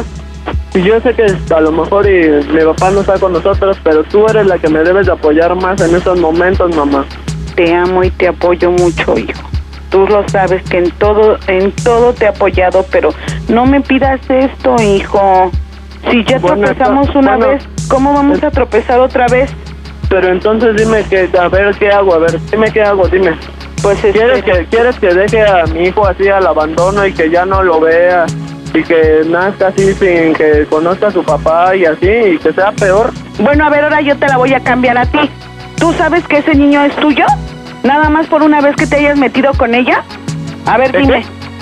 yo sé que a lo mejor mi papá no está con nosotros, pero tú eres la que me debes de apoyar más en estos momentos, mamá. Te amo y te apoyo mucho, hijo. Tú lo sabes que en todo te he apoyado, pero no me pidas esto, hijo. Si ya tropezamos una vez, ¿cómo vamos a tropezar otra vez? Pero entonces dime a ver qué hago, dime qué hago, dime. Pues ¿Quieres que deje a mi hijo así al abandono y que ya no lo vea y que nazca así sin que conozca a su papá y así y que sea peor? Bueno, a ver, ahora yo te la voy a cambiar a ti. ¿Tú sabes que ese niño es tuyo? ¿Nada más por una vez que te hayas metido con ella? A ver, dime,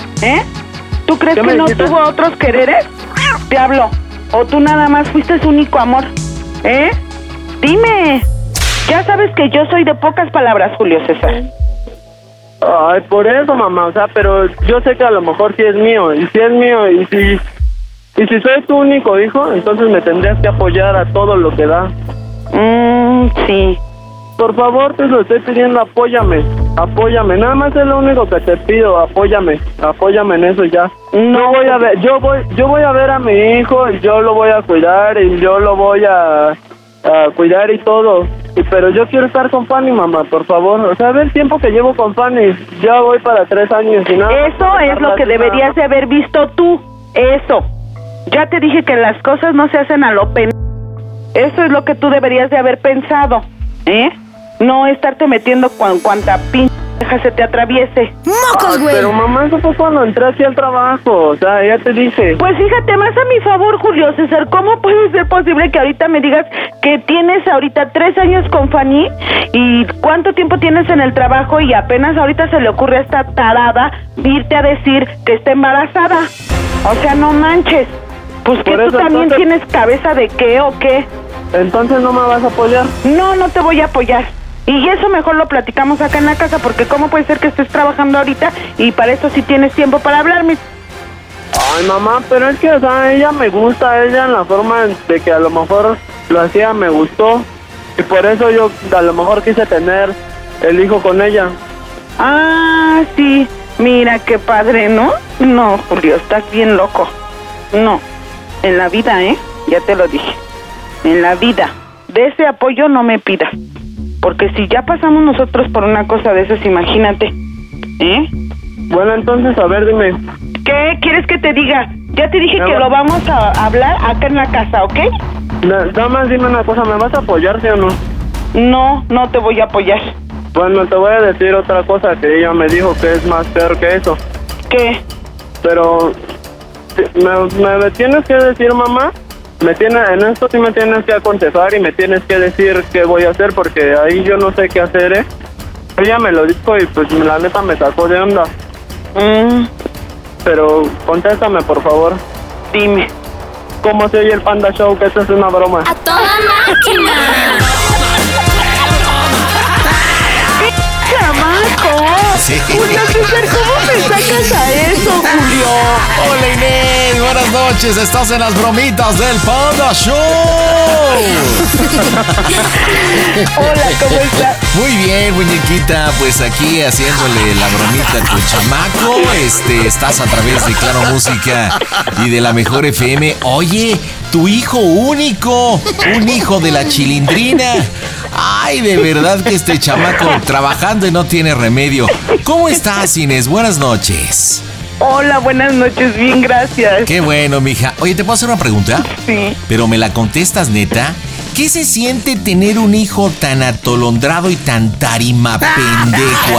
¿Tú crees que no tuvo otros quereres? Te hablo. ¿O tú nada más fuiste su único amor? Dime. Ya sabes que yo soy de pocas palabras, Julio César. Ay, por eso, mamá, o sea, pero yo sé que a lo mejor sí es mío, y si es mío, y si soy tu único hijo, entonces me tendrías que apoyar a todo lo que da. Sí. Por favor, te lo estoy pidiendo, apóyame, nada más es lo único que te pido, apóyame en eso ya. No voy a ver, yo voy a ver a mi hijo y yo lo voy a cuidar y yo lo voy a cuidar y todo. Pero yo quiero estar con Fanny, mamá, por favor. O sea, ve el tiempo que llevo con Fanny. Ya voy para 3 años y nada. Eso es lo que deberías de haber visto tú. Eso. Ya te dije que las cosas no se hacen a lo Eso es lo que tú deberías de haber pensado, ¿eh? No estarte metiendo cuanta pinche se te atraviese. ¡Mocos, güey! Pero mamá, eso fue cuando entré aquí al trabajo. O sea, ya te dije. Pues fíjate más a mi favor, Julio César. ¿Cómo puede ser posible que ahorita me digas que tienes ahorita 3 años con Fanny? ¿Y cuánto tiempo tienes en el trabajo? Y apenas ahorita se le ocurre a esta tarada irte a decir que está embarazada. O sea, no manches. Pues que tú también tienes cabeza de qué o qué. Entonces no me vas a apoyar. No, no te voy a apoyar. Y eso mejor lo platicamos acá en la casa, porque cómo puede ser que estés trabajando ahorita y para eso sí tienes tiempo para hablarme. Ay, mamá, pero es que, o sea, ella me gusta, ella en la forma de que a lo mejor lo hacía me gustó. Y por eso yo a lo mejor quise tener el hijo con ella. Ah, sí. Mira qué padre, ¿no? No, Julio, estás bien loco. No. En la vida, ya te lo dije. En la vida. De ese apoyo no me pidas. Porque si ya pasamos nosotros por una cosa de esas, imagínate. Bueno, entonces, a ver, dime. ¿Qué quieres que te diga? Ya te dije que lo vamos a hablar acá en la casa, ¿ok? Nada más dime una cosa, ¿me vas a apoyar, sí o no? No, no te voy a apoyar. Bueno, te voy a decir otra cosa que ella me dijo que es más peor que eso. ¿Qué? Pero, ¿me tienes que decir, mamá? En esto sí me tienes que aconsejar y me tienes que decir qué voy a hacer, porque ahí yo no sé qué hacer, Ella me lo dijo y pues la neta me sacó de onda. Pero contéstame, por favor. Dime. ¿Cómo se oye el Panda Show? Que esto es una broma. ¡A toda máquina! ¡Chamaco! Sí. Julio César, ¿cómo me sacas a eso, Julio? Hola, Inés, buenas noches. Estás en las bromitas del Panda Show. Hola, ¿cómo estás? Muy bien, muñequita. Pues aquí haciéndole la bromita a tu chamaco. Estás a través de Claro Música y de la Mejor FM. Oye, tu hijo único, un hijo de la Chilindrina. Ay, de verdad que este chamaco trabajando y no tiene remedio. ¿Cómo estás, Inés? Buenas noches. Hola, buenas noches, bien, gracias. Qué bueno, mija. Oye, ¿te puedo hacer una pregunta? Sí. ¿Pero me la contestas, neta? ¿Qué se siente tener un hijo tan atolondrado y tan tarima pendejo?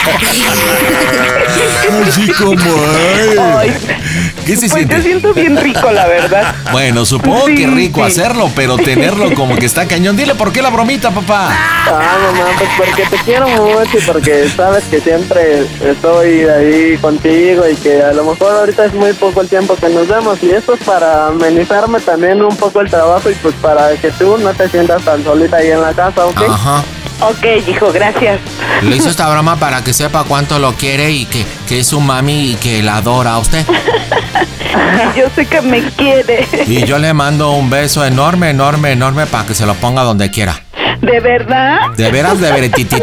Así como ay. ¿Qué se pues siente? Yo siento bien rico, la verdad. Bueno, supongo sí, que rico sí. hacerlo, pero tenerlo como que está cañón. Dile por qué la bromita, papá. Mamá, pues porque te quiero mucho y porque sabes que siempre estoy ahí contigo y que a lo mejor ahorita es muy poco el tiempo que nos vemos y esto es para amenizarme también un poco el trabajo y pues para que tú no te sientas tan solita ahí en la casa, ¿ok? Ajá. Ok, hijo, gracias. Le hizo esta broma para que sepa cuánto lo quiere y que es su mami y que la adora a usted. Yo sé que me quiere. Y yo le mando un beso enorme, enorme, enorme para que se lo ponga donde quiera. ¿De verdad? De veras, de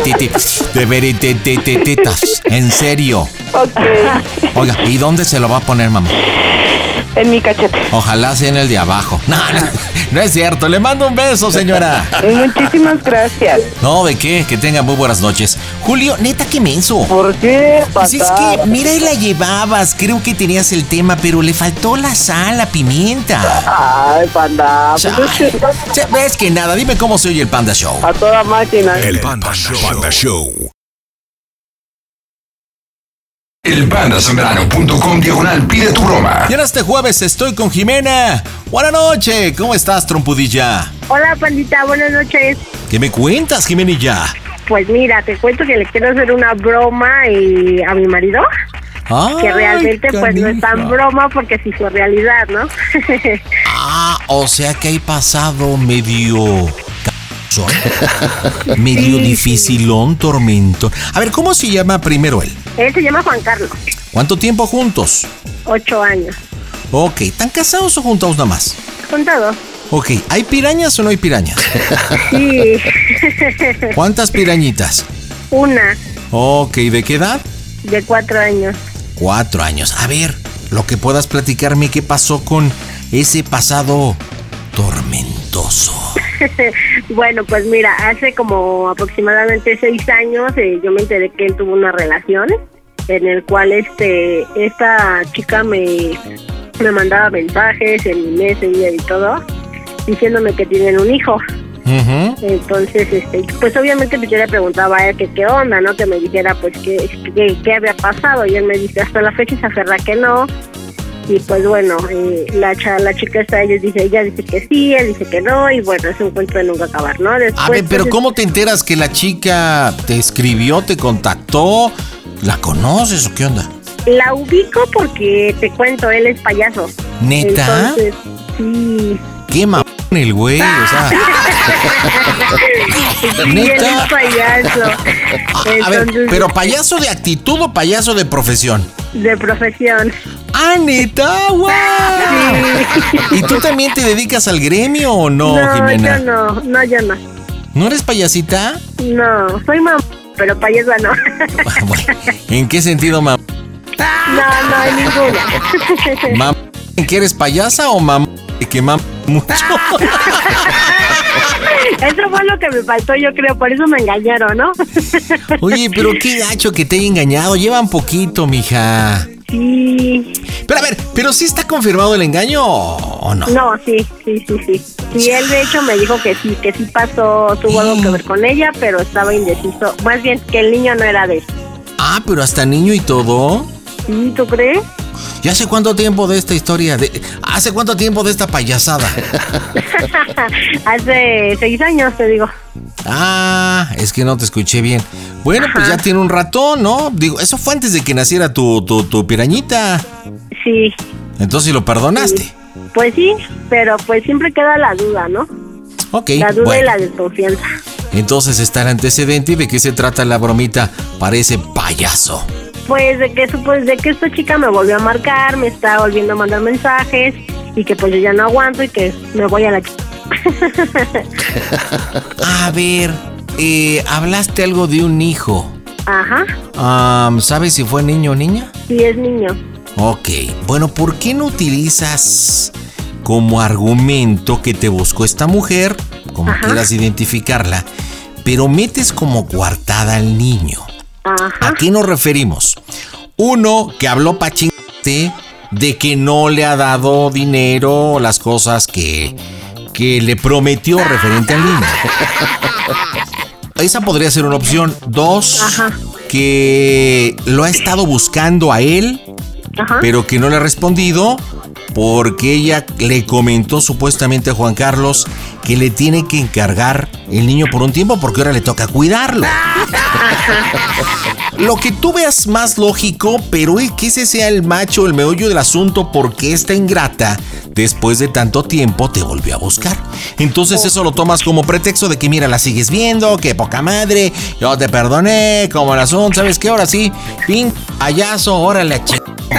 veritititas. En serio. Ok. Oiga, ¿y dónde se lo va a poner, mamá? En mi cachete. Ojalá sea en el de abajo. No es cierto. Le mando un beso, señora. Muchísimas gracias. No, ¿de qué? Que tenga muy buenas noches. Julio, neta, qué menso. ¿Por qué, Pues es que, mira, y la llevabas. Creo que tenías el tema, pero le faltó la sal, la pimienta. Ay, Panda. Ves que nada. Dime cómo se oye el Panda Show. A toda máquina. El Panda Show. Elpandasambrano.com/, pide tu broma. Y en este jueves estoy con Jimena. Buenas noches. ¿Cómo estás, trompudilla? Hola, pandita, buenas noches. ¿Qué me cuentas, Jimenilla? Pues mira, te cuento que le quiero hacer una broma a mi marido. Ay, que realmente pues no es tan canija. broma porque sí fue realidad, ¿no? O sea que hay pasado medio... payaso. Medio dificilón, tormento. A ver, ¿cómo se llama primero él? Él se llama Juan Carlos. ¿Cuánto tiempo juntos? 8 años. Ok, ¿están casados o juntados nada más? Juntados. Ok, ¿hay pirañas o no hay pirañas? Sí. ¿Cuántas pirañitas? Una. Ok, ¿de qué edad? De 4 años. 4 años. A ver, lo que puedas platicarme, ¿qué pasó con ese pasado tormentoso? Bueno, pues mira, hace como aproximadamente 6 años yo me enteré que él tuvo una relación en el cual esta chica me mandaba mensajes en mi Messenger y todo, diciéndome que tienen un hijo. Uh-huh. Entonces, pues obviamente yo le preguntaba a él que qué onda, ¿no? Que me dijera pues qué había pasado, y él me dice hasta la fecha se aferra que no. Y pues bueno, la chica ella dice que sí, él dice que no, y bueno, es un cuento de nunca acabar, ¿no? Después, a ver, pero pues, ¿cómo te enteras que la chica te escribió, te contactó? ¿La conoces o qué onda? La ubico porque, te cuento, él es payaso. ¿Neta? Entonces, sí. ¿Qué mamón el güey? O sea... Sí, ¿Neta? él es payaso. A ver, ¿pero payaso de actitud o payaso de profesión? De profesión. ¡Ah, neta! ¡Wow! Sí. ¿Y tú también te dedicas al gremio o no, Jimena? Yo no. ¿No eres payasita? No, soy mamá, pero payasa no. Bueno, ¿en qué sentido, mamá? No, en ninguna. ¿Mamá en que eres payasa o mamá que mamá mucho? Eso fue lo que me faltó, yo creo, por eso me engañaron, ¿no? Oye, pero qué gacho que te haya engañado, llevan poquito, mija. Sí. Pero a ver, ¿pero sí está confirmado el engaño o no? No, sí. Sí, él de hecho me dijo que sí pasó, tuvo algo que ver con ella, pero estaba indeciso. Más bien, que el niño no era de él. Ah, pero hasta niño y todo. Sí, ¿tú crees? ¿Y hace cuánto tiempo de esta historia? ¿Hace cuánto tiempo de esta payasada? Hace 6 años, te digo. Ah, es que no te escuché bien. Bueno, pues ya tiene un ratón, ¿no? Digo, eso fue antes de que naciera tu pirañita. Sí. Entonces, ¿lo perdonaste? Sí. Pues sí, pero pues siempre queda la duda, ¿no? Ok, la duda y la desconfianza. Entonces está el antecedente. ¿Y de qué se trata la bromita para ese payaso? Pues de que esta chica me volvió a marcar, me está volviendo a mandar mensajes, y que pues yo ya no aguanto y que me voy a la chica. A ver, hablaste algo de un hijo. Ajá. ¿Sabes si fue niño o niña? Sí, es niño. Ok, bueno, ¿por qué no utilizas como argumento que te buscó esta mujer, como quieras identificarla, pero metes como coartada al niño? Ajá. ¿A qué nos referimos? Uno, que habló pa' chingarte de que no le ha dado dinero o las cosas que le prometió referente al niño. Esa podría ser una opción. 2, que lo ha estado buscando a él, pero que no le ha respondido porque ella le comentó supuestamente a Juan Carlos que le tiene que encargar el niño por un tiempo porque ahora le toca cuidarlo. Lo que tú veas más lógico, pero que ese sea el macho, el meollo del asunto, porque esta ingrata, después de tanto tiempo, te volvió a buscar. Entonces eso lo tomas como pretexto de que mira, la sigues viendo, que poca madre, yo te perdoné, como el asunto, ¿sabes qué? Ahora sí, pin, payaso, órale a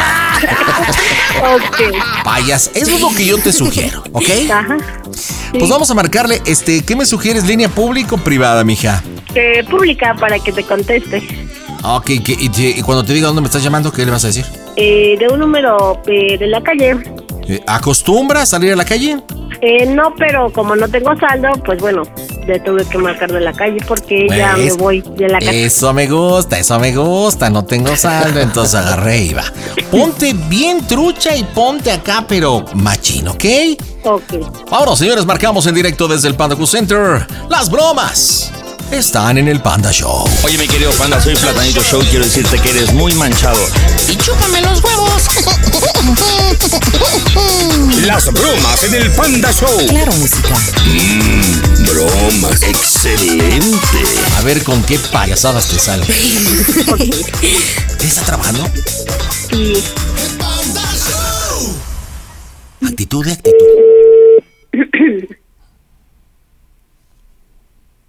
Payas, eso es lo que yo te sugiero, ¿ok? Ajá. Sí. Pues vamos a marcarle, ¿qué me sugieres? ¿Línea pública o privada, mija? Pública, para que te conteste. Ok, y cuando te diga dónde me estás llamando, ¿qué le vas a decir? De un número de la calle. ¿Acostumbras a salir a la calle? No, pero como no tengo saldo, pues bueno, le tuve que marcar de la calle porque pues, ya me voy de la casa. Eso me gusta, no tengo saldo, entonces agarré y va. Ponte bien trucha y ponte acá, pero machín, ¿ok? Ok. Vámonos, señores, marcamos en directo desde el Panda Q Center. Las bromas están en el Panda Show. Oye, mi querido Panda, soy Platanito Show. Quiero decirte que eres muy manchado. Y chúpame los huevos. Las bromas en el Panda Show. Claro, música. Bromas. Excelente. A ver con qué payasadas te salen. ¿Está trabajando? Sí. Actitud de actitud.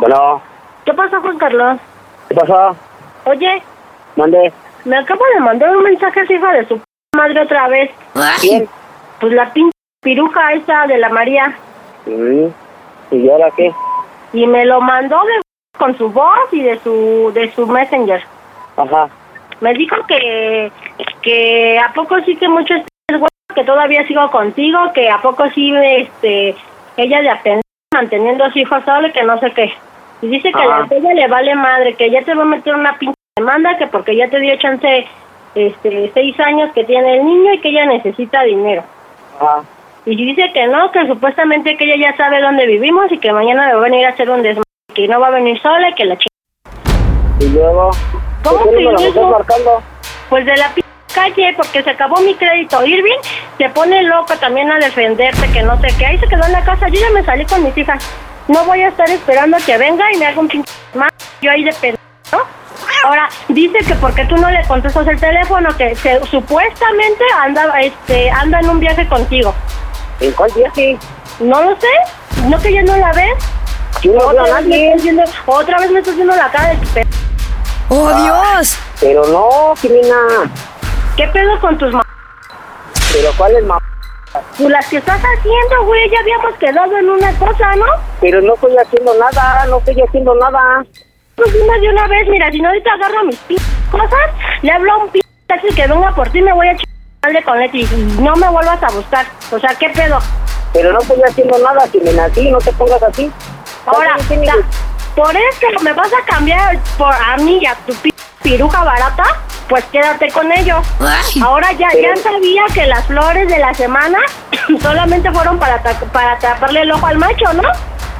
Bueno. ¿Qué pasó, Juan Carlos? ¿Qué pasó? Oye. Mande. Me acabo de mandar un mensaje a su hija de su madre otra vez. ¿Quién? Pues la pinche piruja esa de la María. ¿Y ahora qué? Y me lo mandó con su voz y de su Messenger. Ajá. Me dijo que a poco sí que mucho que todavía sigo contigo, que a poco sí ella de apenas manteniendo a su hijo solo y que no sé qué. Y dice que a ella le vale madre, que ya te va a meter una pinche demanda, que porque ya te dio chance 6 años que tiene el niño y que ella necesita dinero. Ajá. Y dice que no, que supuestamente que ella ya sabe dónde vivimos y que mañana me va a venir a hacer un desmadre, que no va a venir sola y que la ¿Y luego? ¿Cómo ¿Por qué que no me lo estás luego? marcando? Pues de la calle, porque se acabó mi crédito. Irving se pone loco también a defenderte, que no sé qué. Ahí se quedó en la casa, yo ya me salí con mis hijas. No voy a estar esperando que venga y me haga un pinche más. Yo ahí de pendejo, ¿no? Ahora, dice que porque tú no le contestas el teléfono, que supuestamente anda en un viaje contigo. ¿En cuál viaje? No lo sé, ¿no que ya no la ves? Yo no veo a nadie. Otra vez me estás viendo la cara de ¡Oh, Dios! Pero no, Jimena. ¿Qué pedo con tus ¿Pero cuál es Pues las que estás haciendo, güey, ya habíamos quedado en una cosa, ¿no? Pero no estoy haciendo nada, Pues dime de una vez, mira, si no ahorita agarro mis cosas, le hablo a un taxi que venga por ti, me voy a chingarle con Leti, no me vuelvas a buscar, o sea, ¿qué pedo? Pero no estoy haciendo nada, Jimena, así, no te pongas así. Ahora, por eso me vas a cambiar a mí y a tu piruja barata, pues quédate con ellos. Ahora ya sabía que las flores de la semana solamente fueron para taparle el ojo al macho, ¿no?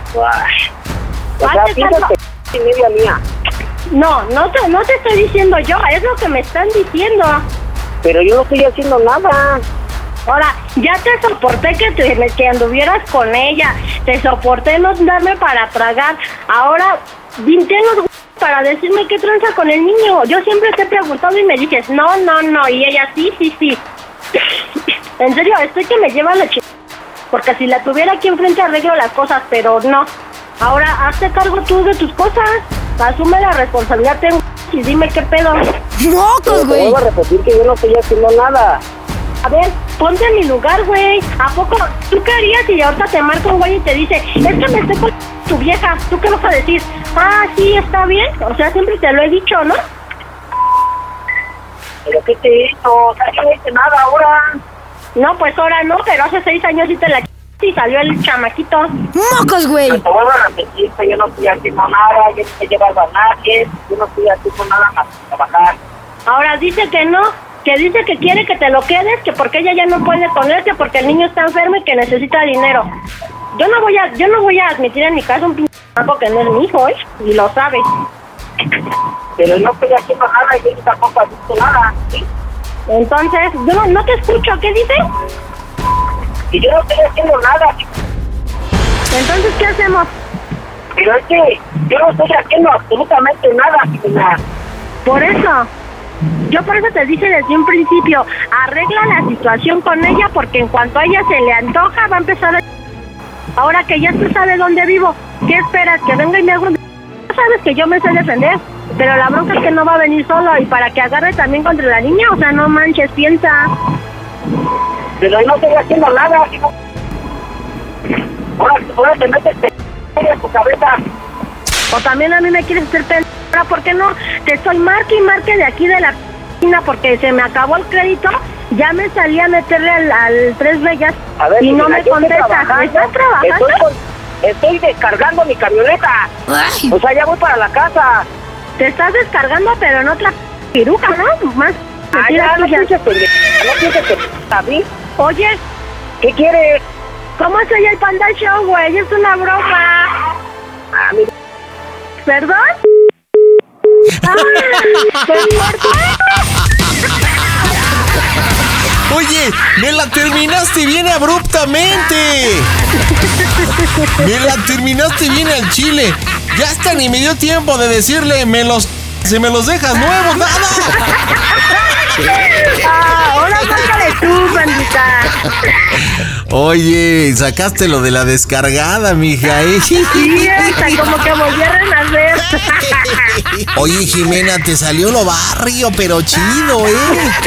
O sea, fíjate, media mía. No te estoy diciendo yo, es lo que me están diciendo. Pero yo no estoy haciendo nada. Ahora, ya te soporté que anduvieras con ella, te soporté no darme para tragar. Ahora, tienes para decirme qué tranza con el niño. Yo siempre te he preguntado y me dices, no, y ella sí. En serio, estoy que me lleva la porque si la tuviera aquí enfrente arreglo las cosas, pero no. Ahora, hazte cargo tú de tus cosas, asume la responsabilidad y dime qué pedo. ¡Mocos, güey! Te voy a repetir que yo no estoy haciendo nada. A ver, ponte en mi lugar, güey. ¿A poco tú qué harías si ahorita te marca un güey y te dice, es que me estoy con tu vieja? ¿Tú qué vas a decir? Ah, sí, está bien. O sea, siempre te lo he dicho, ¿no? ¿Pero qué te hizo? O sea, yo no hice nada ahora. No, pues ahora no, pero hace 6 años sí te la y salió el chamaquito. ¡Mocos, güey! Te vuelvo a repetir que yo no estoy haciendo nada, yo no estoy llevando a nadie, yo no estoy haciendo nada más que trabajar. Ahora dice que no, que dice que quiere que te lo quedes, que porque ella ya no puede ponerte, porque el niño está enfermo y que necesita dinero. Yo no voy a admitir en mi casa un pinche que no es mi hijo, y lo sabes. Pero no estoy haciendo nada y yo tampoco he nada, ¿sí? Entonces, yo no te escucho, ¿qué dices? Y yo no estoy haciendo nada. Entonces, ¿qué hacemos? Pero es que yo no estoy haciendo absolutamente nada. Por eso te dije desde un principio, arregla la situación con ella, porque en cuanto a ella se le antoja, va a empezar a... Ahora que ya tú sabes dónde vivo, ¿qué esperas? ¿Que venga y me haga un... Sabes que yo me sé defender, pero la bronca es que no va a venir solo, y para que agarre también contra la niña, o sea, no manches, piensa. Pero no estoy haciendo nada. Ahora te metes en tu cabeza. O también a mí me quieres hacer pendeja. Ahora, ¿por qué no? Te estoy marque de aquí de la piscina porque se me acabó el crédito. Ya me salí a meterle al Tres Bellas y no me contestas. ¿Estás trabajando? Estoy descargando mi camioneta. Ay. O sea, ya voy para la casa. Te estás descargando, pero en otra piruja, ¿no? Más. No pienses a mí. Oye, ¿qué quieres? ¿Cómo soy el Panda Show, güey? Es una broma. ¿Perdón? Oye, me la terminaste bien abruptamente. Me la terminaste bien al chile. Ya hasta ni me dio tiempo de decirle, si me los dejas nuevos, nada. Ahora márcale tú, pandita. Oye, sacaste lo de la descargada, mija, ¿eh? Sí, hasta como que volví a renacer. Oye, Jimena, te salió lo barrio, pero chido, ¿eh?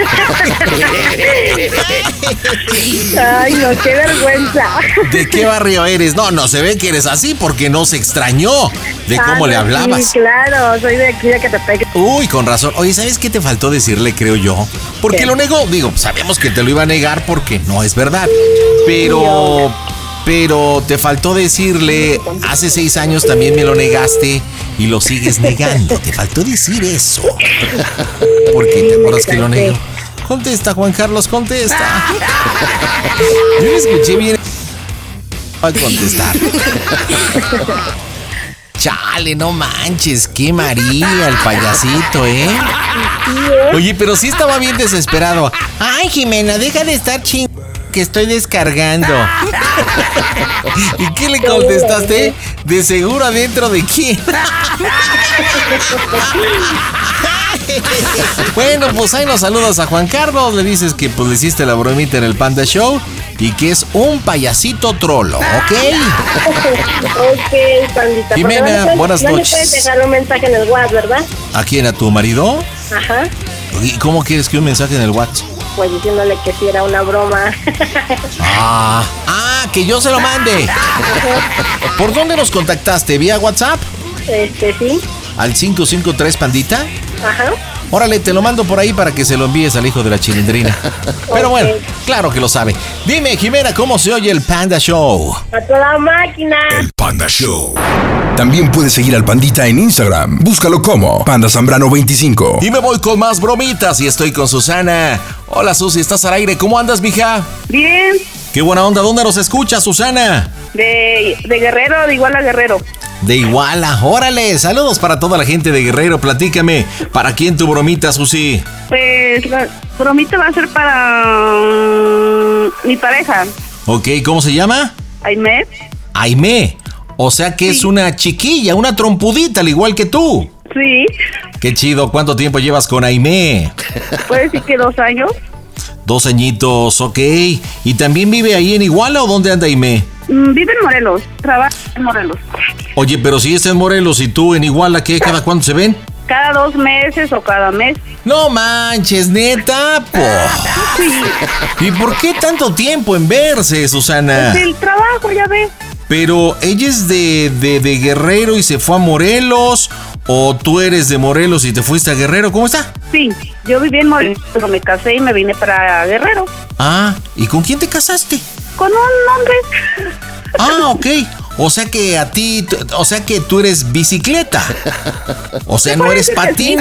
Ay, no, qué vergüenza. ¿De qué barrio eres? No, se ve que eres así porque no se extrañó de cómo le hablabas. Sí, claro, soy de aquí de Catepec. Uy, con razón. Oye, ¿sabes qué te faltó decirle, creo yo? Porque ¿qué? Lo negó. Digo, sabemos que te lo iba a negar porque no es verdad. Pero te faltó decirle, hace 6 años también me lo negaste y lo sigues negando. Te faltó decir eso. Porque te acuerdas que lo negó. Contesta, Juan Carlos, contesta. Yo le escuché bien. Va a contestar. Chale, no manches, qué María el payasito, ¿eh? Oye, pero sí estaba bien desesperado. Ay, Jimena, deja de estar que estoy descargando. ¿Y qué le contestaste? De seguro adentro de quién. Bueno, pues ahí nos saludas a Juan Carlos. Le dices que pues le hiciste la bromita en el Panda Show y que es un payasito trolo, ¿ok? Ok, pandita. Jimena, buenas noches. No le puedes dejar un mensaje en el WhatsApp, ¿verdad? ¿A quién? ¿A tu marido? Ajá. ¿Y cómo quieres que un mensaje en el WhatsApp? Pues diciéndole que si era una broma. Que yo se lo mande. ¿Por dónde nos contactaste? ¿Vía WhatsApp? Sí. ¿Al 553, pandita? Ajá. Órale, te lo mando por ahí para que se lo envíes al hijo de la chilindrina. Pero bueno, claro que lo sabe. Dime, Jimena, ¿cómo se oye el Panda Show? A toda máquina. El Panda Show. También puedes seguir al Pandita en Instagram. Búscalo como Panda Zambrano 25. Y me voy con más bromitas y estoy con Susana. Hola, Susi, ¿estás al aire? ¿Cómo andas, mija? Bien. Qué buena onda. ¿Dónde nos escuchas, Susana? De Guerrero, de Iguala, Guerrero. De Iguala, órale, saludos para toda la gente de Guerrero, platícame, ¿para quién tu bromita, Susi? Pues la bromita va a ser para mi pareja. Ok, ¿cómo se llama? Aimé. Aimé, o sea que es una chiquilla, una trompudita, al igual que tú. Sí. Qué chido, ¿cuánto tiempo llevas con Aimé? Puede decir que 2 años. 2 añitos, ok. ¿Y también vive ahí en Iguala o dónde anda Aimé? Vive en Morelos, trabaja en Morelos. Oye, pero si es en Morelos y tú en Iguala, ¿qué? ¿Cada cuándo se ven? Cada 2 meses o cada mes. No manches, neta, Sí. ¿Y por qué tanto tiempo en verse, Susana? Pues el trabajo, ya ves. Pero ella es de Guerrero y se fue a Morelos, o tú eres de Morelos y te fuiste a Guerrero, ¿cómo está? Sí, yo viví en Morelos, pero me casé y me vine para Guerrero. ¿Y con quién te casaste? Con un hombre. Ok. O sea que a ti, o sea que tú eres bicicleta. O sea, no eres patín.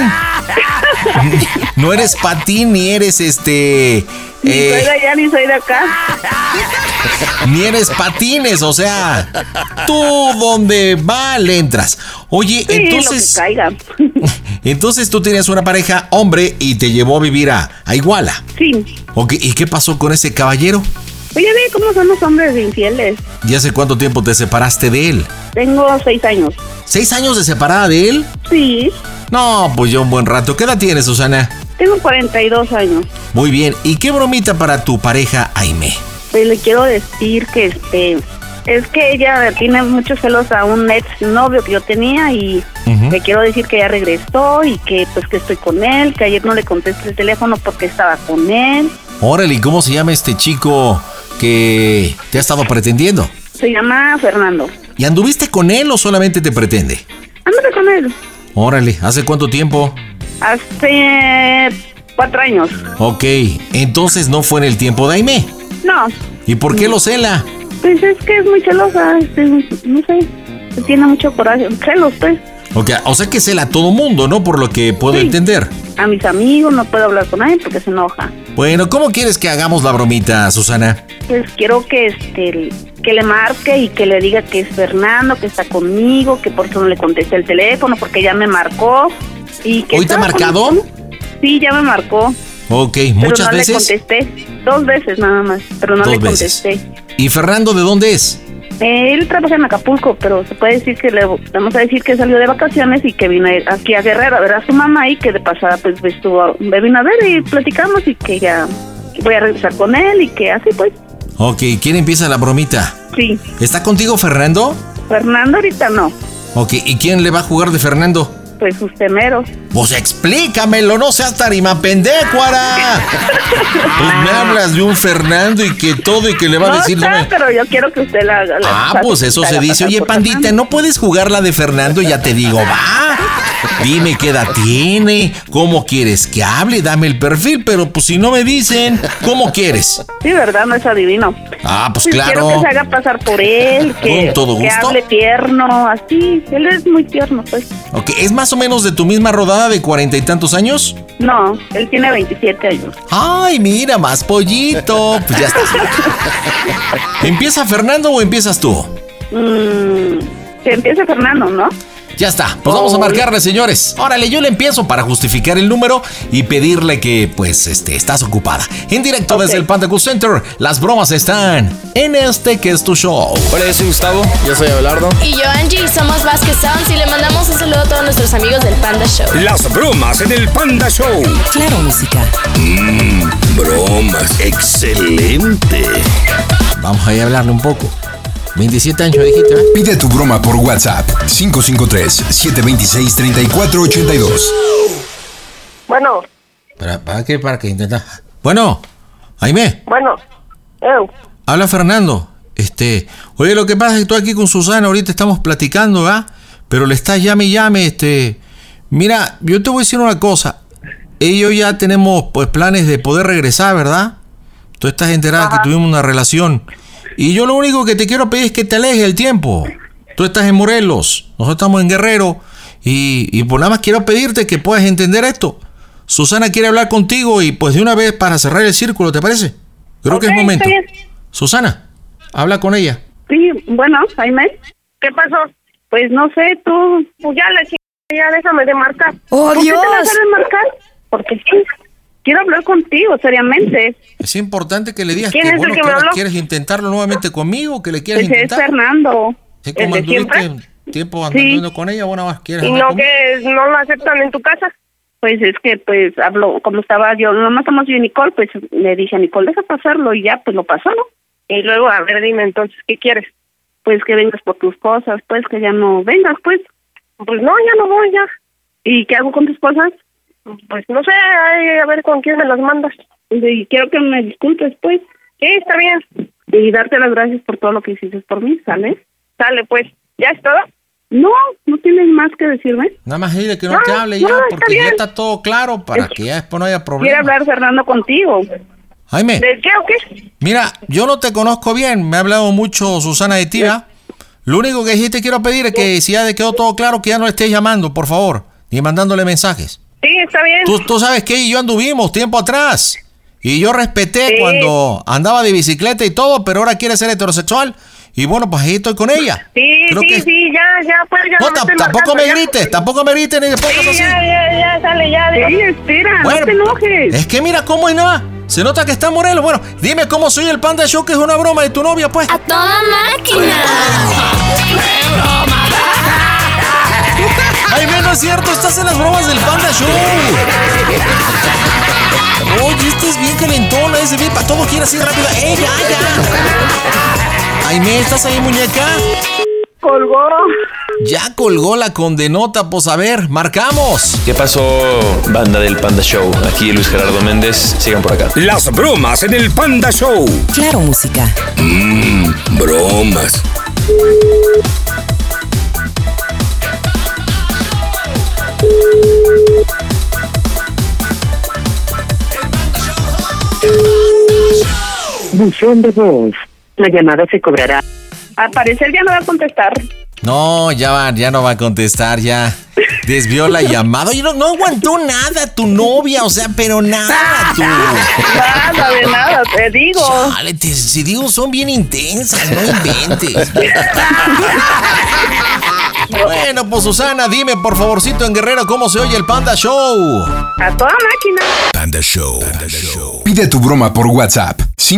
No eres patín ni eres Ni soy de allá ni soy de acá. Ni eres patines, o sea, tú donde va le entras. Oye, sí, entonces. Lo que caiga. Entonces tú tenías una pareja hombre y te llevó a vivir a Iguala. Sí. Ok, ¿y qué pasó con ese caballero? Oye, ve cómo son los hombres infieles. ¿Y hace cuánto tiempo te separaste de él? Tengo 6 años. ¿6 años de separada de él? Sí. No, pues ya un buen rato. ¿Qué edad tienes, Susana? Tengo 42 años. Muy bien. ¿Y qué bromita para tu pareja, Aimé? Pues le quiero decir que es que ella tiene muchos celos a un ex novio que yo tenía y le quiero decir que ya regresó y que pues que estoy con él, que ayer no le contesté el teléfono porque estaba con él. Órale, ¿y cómo se llama este chico que te ha estado pretendiendo? Se llama Fernando. ¿Y anduviste con él o solamente te pretende? Anduve con él. Órale, ¿hace cuánto tiempo? Hace 4 años. Ok, entonces no fue en el tiempo de Aimé. No. ¿Y por qué lo cela? Pues es que es muy celosa, no sé, tiene mucho coraje, celos pues. Ok, o sea que cela a todo mundo, ¿no? Por lo que puedo entender. A mis amigos no puedo hablar con nadie porque se enoja. Bueno, ¿cómo quieres que hagamos la bromita, Susana? Pues quiero que que le marque y que le diga que es Fernando, que está conmigo, que por eso no le contesté el teléfono porque ya me marcó y que. ¿Hoy te ha marcado? Sí, ya me marcó. Ok, ¿muchas pero no veces? Le contesté 2 veces nada más, pero no le contesté. ¿Y Fernando de dónde es? Él trabaja en Acapulco, pero se puede decir que vamos a decir que salió de vacaciones y que vino aquí a Guerrero a ver a su mamá y que de pasada pues me vino a ver y platicamos y que ya voy a regresar con él y que así pues. Ok, ¿quién empieza la bromita? Sí. ¿Está contigo Fernando? Fernando ahorita no. Ok, ¿y quién le va a jugar de Fernando? Pues usted mero. Pues explícamelo, no seas tarima pendecuara. Pues me hablas de un Fernando y que todo y que le va a decir... No, pero yo quiero que usted la pues eso se dice. Oye, pandita, Fernando. ¿No puedes jugar la de Fernando? Ya te digo, va. Dime qué edad tiene, cómo quieres que hable, dame el perfil, pero pues si no me dicen, ¿cómo quieres? Sí, ¿verdad? No es adivino. Pues claro. Quiero que se haga pasar por él, con todo gusto. Que hable tierno, así. Él es muy tierno, pues. Ok, ¿es más o menos de tu misma rodada de 40 y tantos años? No, él tiene 27 años. Ay, mira, más pollito. Pues ya está. ¿Empieza Fernando o empiezas tú? Que empiece Fernando, ¿no? Ya está, pues vamos a marcarle, señores. Órale, yo le empiezo para justificar el número y pedirle que, pues, estás ocupada. En directo desde el Panda Cool Center, las bromas están en este que es tu show. Hola, yo soy Gustavo. Yo soy Abelardo. Y yo, Angie, somos Vázquez Sounds y le mandamos un saludo a todos nuestros amigos del Panda Show. Las bromas en el Panda Show. Claro, música. Bromas. Excelente. Vamos a hablarle un poco. 27 años dijiste, ¿eh? Pide tu broma por WhatsApp 553-726-3482. Bueno. ¿Para qué? ¿Para qué intenta? Bueno, Jaime. Bueno. Habla Fernando. Oye, lo que pasa es que estoy aquí con Susana, ahorita estamos platicando, ¿verdad? Pero le está llame y llame, Mira, yo te voy a decir una cosa. Ellos ya tenemos, pues, planes de poder regresar, ¿verdad? Tú estás enterada que tuvimos una relación. Y yo lo único que te quiero pedir es que te alejes el tiempo. Tú estás en Morelos, nosotros estamos en Guerrero. Y por nada más quiero pedirte que puedas entender esto. Susana quiere hablar contigo y pues de una vez para cerrar el círculo, ¿te parece? Creo que es momento. Susana, habla con ella. Sí, bueno, Jaime. ¿Qué pasó? Pues no sé, tú... Pues ya déjame de marcar. ¡Oh, ¿Por Dios! qué te vas a marcar? Porque sí. Quiero hablar contigo, seriamente. Es importante que le digas ¿Quién que, es bueno, el que que me habló? quieres intentarlo nuevamente conmigo, que le quieres Pues intentar. Es Fernando. ¿Sí, como ¿El de siempre? anduviste tiempo andando con ella? Bueno, más quieres ¿Y andar no conmigo? que no lo aceptan en tu casa? Pues es que, pues, habló, como estaba yo, nomás estamos yo y Nicole, pues le dije a Nicole, deja pasarlo y ya, pues lo pasó, ¿no? Y luego, a ver, dime entonces, ¿qué quieres? Pues que vengas por tus cosas, pues que ya no vengas, pues. Pues no, ya no voy, ya. ¿Y qué hago con tus cosas? Pues no sé, a ver con quién me las mandas. Y quiero que me disculpes, pues. Sí, está bien. Y darte las gracias por todo lo que hiciste por mí, ¿sale? Sale, pues. ¿Ya es todo? No tienes más que decirme. Nada más dile que no te hable ya, porque ya está todo claro para que ya después no haya problema. Quiere hablar Fernando contigo. Jaime. ¿De qué o qué? Mira, yo no te conozco bien, me ha hablado mucho Susana de ti, ¿verdad? Lo único que sí te quiero pedir es que si ya te quedó todo claro, que ya no le estés llamando, por favor, ni mandándole mensajes. Sí, está bien. Tú sabes que ella y yo anduvimos tiempo atrás. Y yo respeté cuando andaba de bicicleta y todo, pero ahora quiere ser heterosexual. Y bueno, pues ahí estoy con ella. Sí, ya, pues ya. No, tampoco me grites ni después sí, así. Ya, sale, ya. Sí, espera, bueno, no te enojes. Es que mira cómo es nada. Se nota que está en Morelos. Bueno, dime cómo soy el Panda Show, que es una broma de tu novia, pues. ¡A toda máquina! ¡Qué broma! Ay, no es cierto, estás en las bromas del Panda Show. Oye, es bien calentona, es bien para todo, quiere así rápido. Ya! Aime, ¿estás ahí, muñeca? Colgó. Ya colgó la condenota, pues a ver, marcamos. ¿Qué pasó, banda del Panda Show? Aquí Luis Gerardo Méndez, sigan por acá. Las bromas en el Panda Show. Claro, música. Bromas. Buzón de voz. La llamada se cobrará. Al parecer ya no va a contestar. No, ya no va a contestar, ya desvió la llamada. Oye, no aguantó nada tu novia, o sea, pero nada tú. Nada de nada, te digo. Chale, si digo, son bien intensas, no inventes. Bueno, pues Susana, dime por favorcito en Guerrero cómo se oye el Panda Show. A toda máquina. Panda Show. Pide tu broma por WhatsApp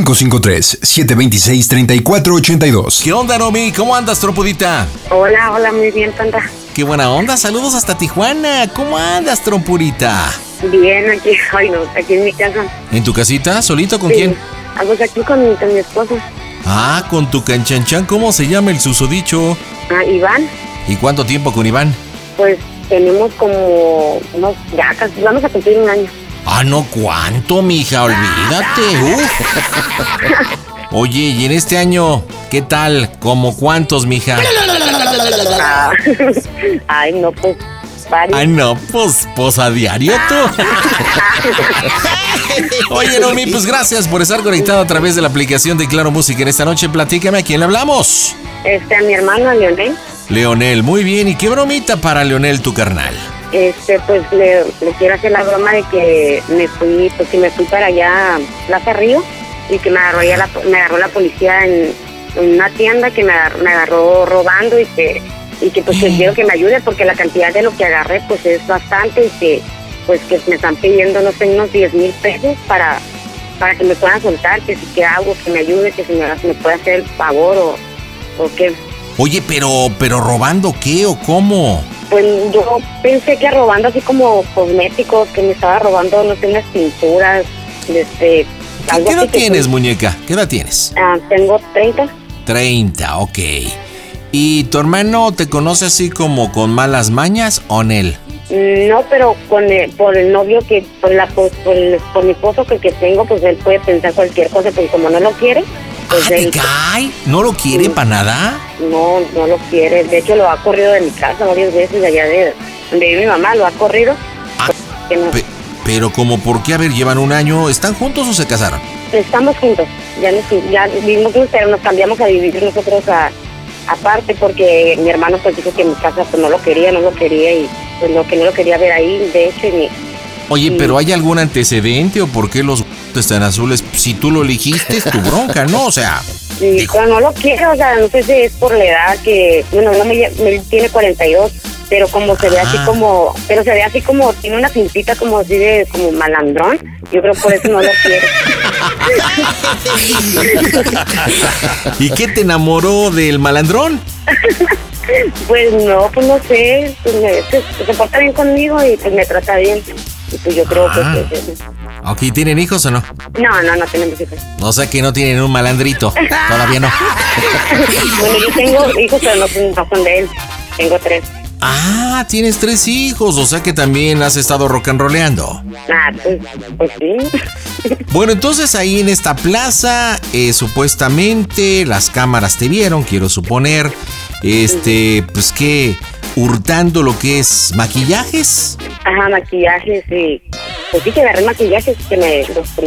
553-726-3482. ¿Qué onda, Nomi? ¿Cómo andas, trompudita? Hola, muy bien, Panda. Qué buena onda, saludos hasta Tijuana. ¿Cómo andas, trompurita? Bien, aquí, ay no, aquí en mi casa. ¿En tu casita? ¿Solito? ¿Con Sí. quién? Pues aquí con mi esposo. Ah, con tu canchanchan. ¿Cómo se llama el susodicho? Iván. ¿Y cuánto tiempo con Iván? Pues tenemos como unos, ya casi, vamos a cumplir un año. Ah, no, ¿cuánto, mija? Olvídate. Uf. Oye, y en este año, ¿qué tal? ¿Cómo cuántos, mija? Ay, no, pues, varios. Ay, no, pues a diario tú. Oye, Nomi, pues gracias por estar conectado a través de la aplicación de Claro Música en esta noche. Platícame, ¿a quién le hablamos? A mi hermano, a Leonel. Leonel, muy bien. ¿Y qué bromita para Leonel, tu carnal? Pues le quiero hacer la broma de que me fui para allá a Plaza Río y que me agarró la policía en una tienda, que me agarró robando y que pues que quiero que me ayude porque la cantidad de lo que agarré pues es bastante y que pues que me están pidiendo no sé unos 10,000 pesos para que me puedan soltar, que si que hago, que me ayude, que si me puede hacer el favor o qué. Oye, pero ¿robando qué o cómo? Pues yo pensé que robando así como cosméticos, que me estaba robando, no sé, unas pinturas, ¿Qué edad tienes, muñeca? ¿Qué edad tienes? Tengo 30. 30, ok. ¿Y tu hermano te conoce así como con malas mañas o en él? No, pero por el novio por mi esposo que tengo, pues él puede pensar cualquier cosa, porque como no lo quiere, pues ¿te cae? ¿No lo quiere para nada? No lo quiere. De hecho, lo ha corrido de mi casa varias veces, de allá de donde vive mi mamá, lo ha corrido. Pero como por qué, a ver, llevan un año, ¿están juntos o se casaron? Estamos juntos, ya vivimos juntos, pero nos cambiamos a vivir nosotros aparte porque mi hermano pues dijo que en mi casa pues no lo quería y pues que no lo quería ver ahí, de hecho. Oye, ¿pero hay algún antecedente o por qué los están azules? Si tú lo elegiste, es tu bronca, ¿no? O sea... Sí, pero no lo quiero, o sea, no sé si es por la edad que... Bueno, no me tiene 42, pero como se ve así como... Pero se ve así como... Tiene una pintita como así de... Como malandrón. Yo creo por eso no lo quiero. ¿Y qué te enamoró del malandrón? Pues no sé. Pues se porta bien conmigo y pues me trata bien. Y pues yo creo que... Ok, ¿tienen hijos o no? No tenemos hijos. O sea que no tienen un malandrito. Todavía no. Bueno, yo tengo hijos, pero no son de él. Tengo 3. Ah, tienes 3 hijos. O sea que también has estado rock and rolleando. Pues sí. Bueno, entonces ahí en esta plaza, supuestamente las cámaras te vieron, quiero suponer. Pues que hurtando lo que es maquillajes. Ajá, maquillajes, sí. Pues sí, que agarré maquillajes que me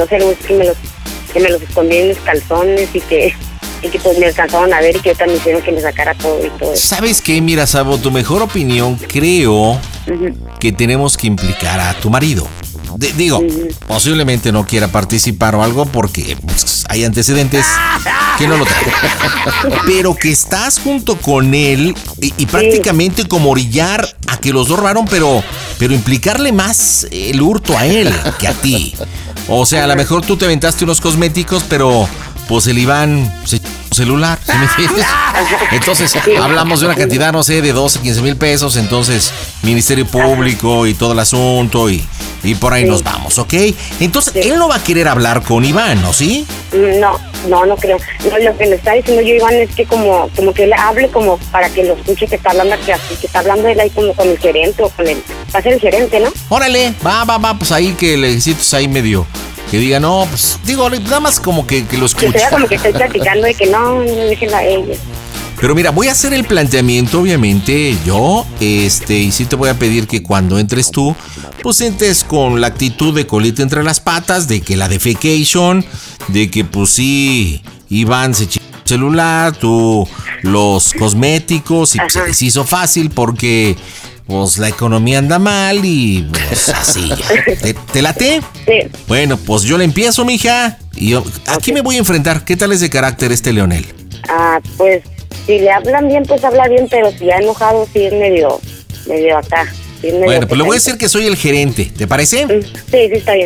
los escondí en mis calzones y que pues me alcanzaron a ver y que también hicieron que me sacara todo y todo eso. ¿Sabes qué? Mira, Sabo, tu mejor opinión, creo que tenemos que implicar a tu marido. Posiblemente no quiera participar o algo porque pues, hay antecedentes que no lo traen. Pero que estás junto con él y prácticamente como orillar a que los dos robaron, pero implicarle más el hurto a él que a ti. O sea, a lo mejor tú te aventaste unos cosméticos, pero pues el Iván se celular, ¿sí me entiendes? Entonces, hablamos de una cantidad, no sé, de 12, 15 mil pesos, entonces, Ministerio Público y todo el asunto y por ahí nos vamos, ¿ok? Entonces, él no va a querer hablar con Iván, ¿no? ¿Sí? No creo. No, lo que le está diciendo yo, Iván, es que como que él hable como para que lo escuche, que está hablando él ahí como con el gerente o con el... Va a ser el gerente, ¿no? Órale, va, pues ahí que le necesites ahí medio... Que diga, no, pues, digo, nada más como que lo escuche. Que sea como que estoy platicando de que no déjenla a ella. Pero mira, voy a hacer el planteamiento, obviamente, yo, y sí te voy a pedir que cuando entres tú, pues entres con la actitud de colita entre las patas, de que la defecation, de que pues sí, Iván se chingó el celular, tú los cosméticos, y pues se les hizo fácil porque... Pues la economía anda mal y pues así ya. ¿Te late? Sí. Bueno, pues yo le empiezo, mija. Y yo aquí me voy a enfrentar. ¿Qué tal es de carácter este Leonel? Pues si le hablan bien, pues habla bien, pero si ha enojado, sí es medio acá. Sí es medio bueno, pues le voy a decir que soy el gerente. ¿Te parece? Sí, está bien.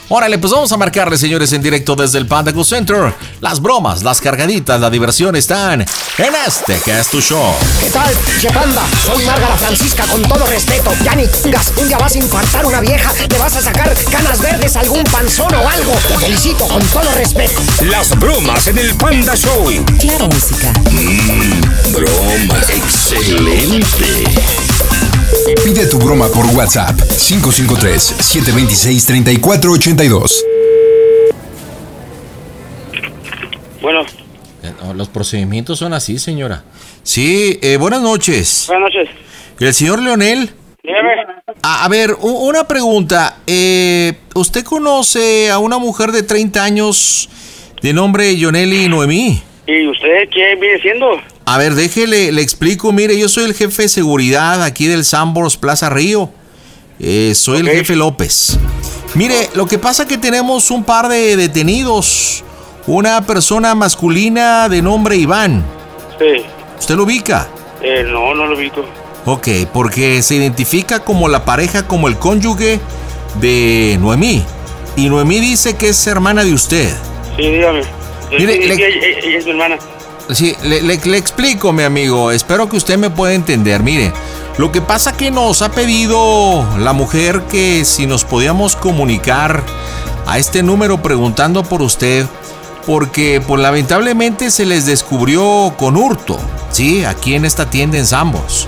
Órale, pues vamos a marcarle, señores, en directo desde el Panda Cool Center. Las bromas, las cargaditas, la diversión están en este que es tu show. ¿Qué tal, che panda? Soy Márgara Francisca, con todo respeto. Ya ni chingas, un día vas a infartar una vieja, le vas a sacar canas verdes, algún panzón o algo. Te felicito, con todo respeto. Las bromas en el Panda Show. Claro, música. Broma, excelente. Pide tu broma por WhatsApp 553-726-3482. Bueno. Los procedimientos son así, señora. Sí, buenas noches. Buenas noches. ¿El señor Leonel? Dígame. A ver, una pregunta. ¿Usted conoce a una mujer de 30 años de nombre Yoneli Noemí? ¿Y usted quién viene siendo? A ver, le explico. Mire, yo soy el jefe de seguridad aquí del Sambors Plaza Río. Soy el jefe López. Mire, lo que pasa es que tenemos un par de detenidos. Una persona masculina de nombre Iván. Sí. ¿Usted lo ubica? No lo ubico. Ok, porque se identifica como la pareja, como el cónyuge de Noemí. Y Noemí dice que es hermana de usted. Sí, dígame. Mire, ella es mi hermana. Sí, le explico, mi amigo. Espero que usted me pueda entender. Mire, lo que pasa que nos ha pedido la mujer que si nos podíamos comunicar a este número preguntando por usted, porque pues lamentablemente se les descubrió con hurto, ¿sí? Aquí en esta tienda en Sambors.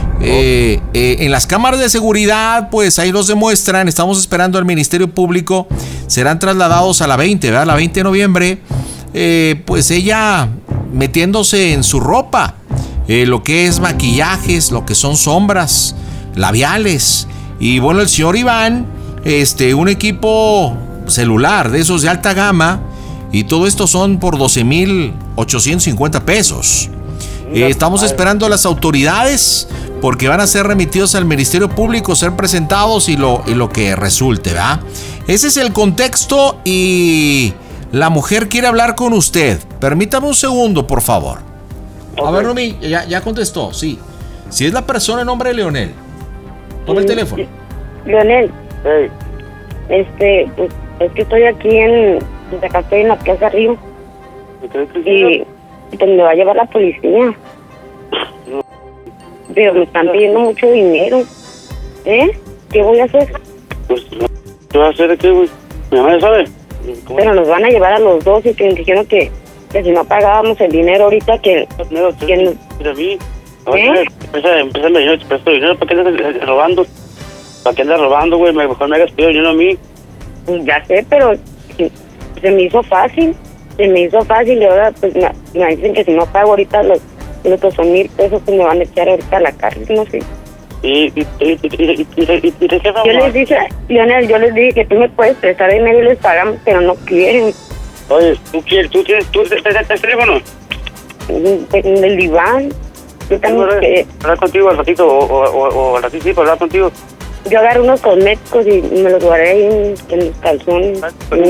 En las cámaras de seguridad, pues ahí los demuestran. Estamos esperando al Ministerio Público. Serán trasladados a la 20, ¿verdad? La 20 de noviembre. Pues ella metiéndose en su ropa, lo que es maquillajes, lo que son sombras, labiales. Y bueno, el señor Iván, un equipo celular de esos de alta gama. Y todo esto son por 12,850 pesos. Estamos esperando a las autoridades porque van a ser remitidos al Ministerio Público, ser presentados y lo que resulte, ¿verdad? Ese es el contexto y la mujer quiere hablar con usted. Permítame un segundo, por favor. A ver, Rumi, ya contestó, sí. Si es la persona en nombre de Leonel. Toma el teléfono. Leonel. Pues, es que estoy aquí acá estoy en la Plaza Río. Y pues me va a llevar la policía. Pero me están pidiendo mucho dinero. ¿Qué voy a hacer? Pues, ¿qué vas a hacer de qué, güey? Mi mamá ya sabe. Pero nos van a llevar a los dos y que nos dijeron que si no pagábamos el dinero ahorita que mira a mí. Empezame, yo te presto dinero. ¿Para qué andas robando? ¿Para qué andas robando, güey? Mejor me hagas pedir dinero a mí. Ya sé, pero se me hizo fácil. Y ahora pues me dicen que si no pago ahorita los 8,000 pesos pues me van a echar ahorita a la cárcel, no sé. ¿Y qué fue? Yo les dije, Leonel, que tú me puedes prestar dinero y les pagamos, pero no quieren. Oye, ¿tú tienes teléfono? El Iván. Yo también hablar contigo al ratito o al ratito sí, para hablar contigo. Yo agarré unos cosméticos y me los guardé ahí en los calzones.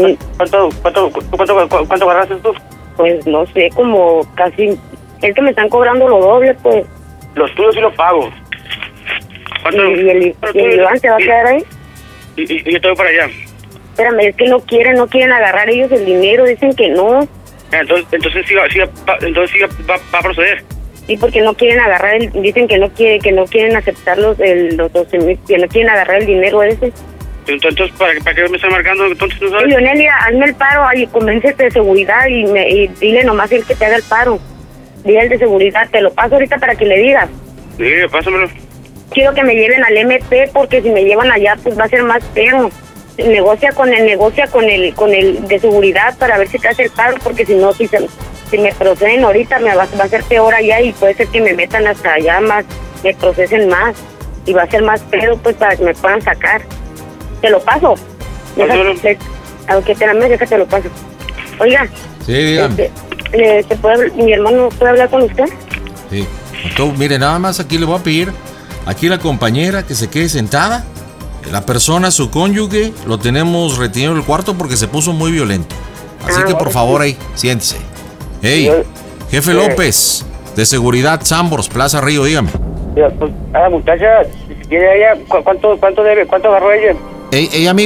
¿Cuánto agarraste tú? Pues no sé, como casi... Es que me están cobrando lo doble, pues. Los tuyos sí los pago. ¿Y el Iván se va a quedar ahí? Y yo te voy para allá. Espérame, es que no quieren agarrar ellos el dinero, dicen que no. Entonces sí va a proceder. Sí, porque no quieren agarrar dicen que no quieren aceptar los 12,000, que no quieren agarrar el dinero ese. Entonces, ¿para qué me están marcando? Entonces, ¿no sabes? Sí, Leonel, hazme el paro y convéncete de seguridad y dile nomás el que te haga el paro. Dile el de seguridad, te lo paso ahorita para que le digas. Sí, pásamelo. Quiero que me lleven al MP porque si me llevan allá pues va a ser más feo. Negocia con el de seguridad para ver si te hace el paro, porque si no, si me proceden ahorita me va a ser peor allá y puede ser que me metan hasta allá más, me procesen más y va a ser más pedo pues para que me puedan sacar. Te lo paso. Aunque te la mesa, te lo paso. Oiga. Sí, dígame. ¿Mi hermano puede hablar con usted? Sí. Entonces, mire, nada más aquí le voy a pedir, aquí la compañera que se quede sentada. La persona, su cónyuge, lo tenemos retenido en el cuarto porque se puso muy violento. Así que por favor ahí, siéntese. Hey, jefe López, de seguridad Sambors, Plaza Río, dígame. Pues, a la muchacha, si quiere ella, ¿cuánto debe? ¿Cuánto agarró ella? Ey, amigo,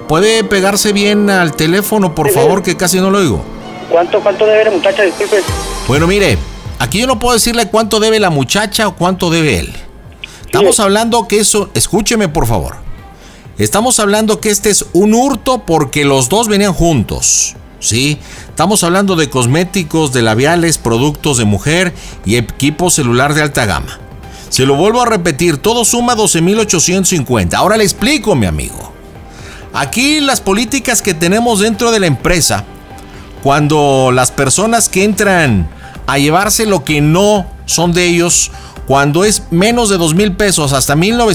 ¿puede pegarse bien al teléfono, por favor, que casi no lo oigo? ¿Cuánto debe la muchacha? Disculpe. Bueno, mire, aquí yo no puedo decirle cuánto debe la muchacha o cuánto debe él. Estamos hablando que eso, escúcheme por favor. Estamos hablando que este es un hurto porque los dos venían juntos, ¿sí? Estamos hablando de cosméticos, de labiales, productos de mujer y equipo celular de alta gama. Se lo vuelvo a repetir, todo suma 12,850. Ahora le explico, mi amigo. Aquí las políticas que tenemos dentro de la empresa, cuando las personas que entran a llevarse lo que no son de ellos, cuando es menos de 2,000 pesos hasta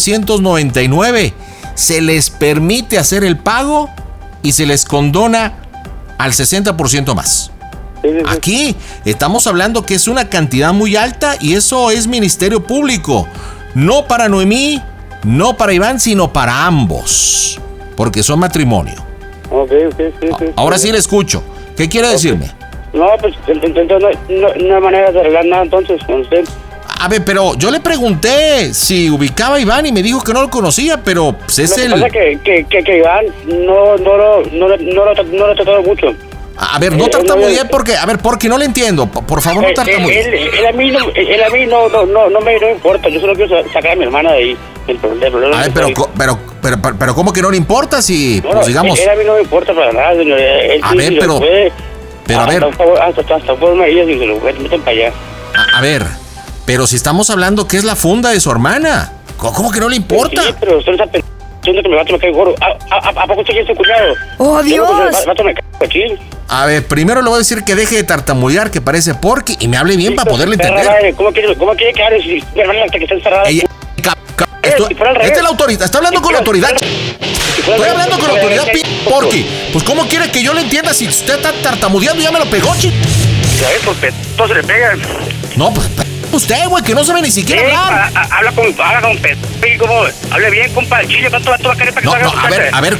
1,999, se les permite hacer el pago y se les condona al 60% más. Aquí estamos hablando que es una cantidad muy alta y eso es Ministerio Público. No para Noemí, no para Iván, sino para ambos, porque son matrimonio. Ahora sí le escucho. ¿Qué quiere decirme? No, pues entonces no hay manera de arreglar nada entonces con usted. A ver, pero yo le pregunté si ubicaba a Iván y me dijo que no lo conocía, pero pues es el... Lo que pasa que Iván no lo ha tratado mucho. A ver, no tartamudee porque... A ver, porque no le entiendo. Por favor, no tartamudee. Él a mí no me importa. Yo solo quiero sacar a mi hermana de ahí. El problema. A ver, pero ¿cómo que no le importa si, no, pues digamos... Él a mí no me importa para nada, señor. A ver, pero a ver... Hasta forma ellos y se lo meten para allá. A ver... Pero si estamos hablando que es la funda de su hermana, ¿cómo que no le importa? Sí, pero usted está pensando que me va a tomar gordo. ¿A poco usted quiere ser cuñado? ¡Oh, Dios! Va a tomar aquí. A ver, primero le voy a decir que deje de tartamudear, que parece Porky, y me hable bien para poderle entender. ¿Cómo quiere que hable si mi hermana hasta que está encerrada? Esta es la autoridad, está hablando con la autoridad. Estoy hablando con la autoridad, Porky. Pues ¿cómo quiere que yo le entienda si usted está tartamudeando? Ya me lo pegó, chico. ¿Sabes? Pues todos se le pegan. No, pues... Usted, güey, que no sabe ni siquiera hablar. Habla con como hable bien, compa. Chile, ¿cuánto va a querer para que a ver,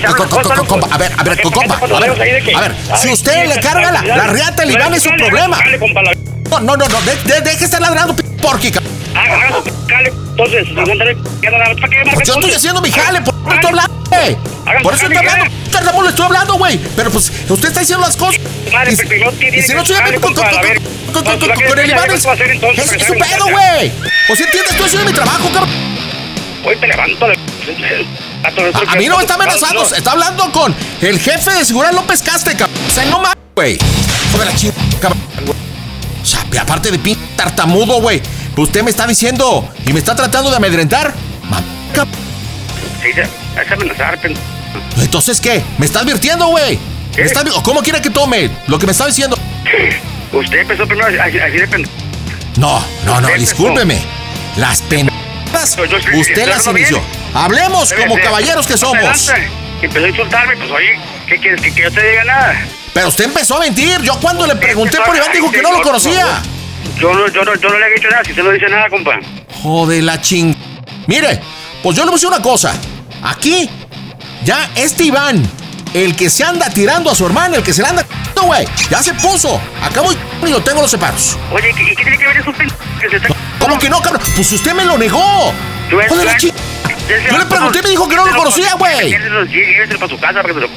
compa, si usted le carga la riata al Iván es su problema. No, deje estar ladrando, Porky. Entonces, pues yo estoy haciendo mi jale, por eso estoy hablando, güey. Por eso estoy hablando, le estoy hablando, güey. Pero pues, usted está diciendo las cosas. Y si no estoy hablando con el Iván, es su pedo, güey. ¿O si entiendes? Estoy haciendo mi trabajo, cabrón. Hoy te levanto. A mí no me está amenazando, está hablando con el jefe de seguridad López Caste, cabrón. O sea, no mames, güey. Joder la chingada, cabrón. O sea, aparte de pinche tartamudo, güey. Usted me está diciendo y me está tratando de amedrentar. Sí, es amenazar, Entonces, ¿qué? ¿Me está advirtiendo, güey? ¿Cómo quiere que tome lo que me está diciendo? Usted empezó primero a decir No, discúlpeme. Las pendejadas, usted las inició. Hablemos como caballeros que somos. Empezó a insultarme, pues oye, ¿qué quieres? ¿Que yo te diga nada? Pero usted empezó a mentir. Yo cuando le pregunté por Iván dijo que no lo conocía. Yo no le he dicho nada, si usted no dice nada, compa. Joder la ching... Mire, pues yo le voy a decir una cosa. Aquí, ya Iván, el que se anda tirando a su hermana, el que se le anda... No, güey, ya se puso. Acabo y lo tengo los separos. Oye, ¿y qué tiene que ver eso? ¿Cómo que no, cabrón? Pues usted me lo negó. Joder la ching... Yo le pregunté y me dijo que no lo conocía, güey. Lléveselo para su casa para que se lo...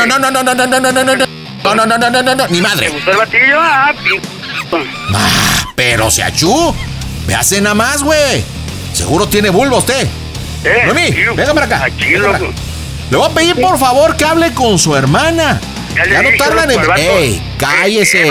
No, ni madre. ¿Te gustó el batillo? Pero se achú. Me hace nada más, güey. Seguro tiene bulbo usted. Noemí, venga para acá. Le voy a pedir, por favor, que hable con su hermana. Ya no tardan en... ¡Ey, cállese!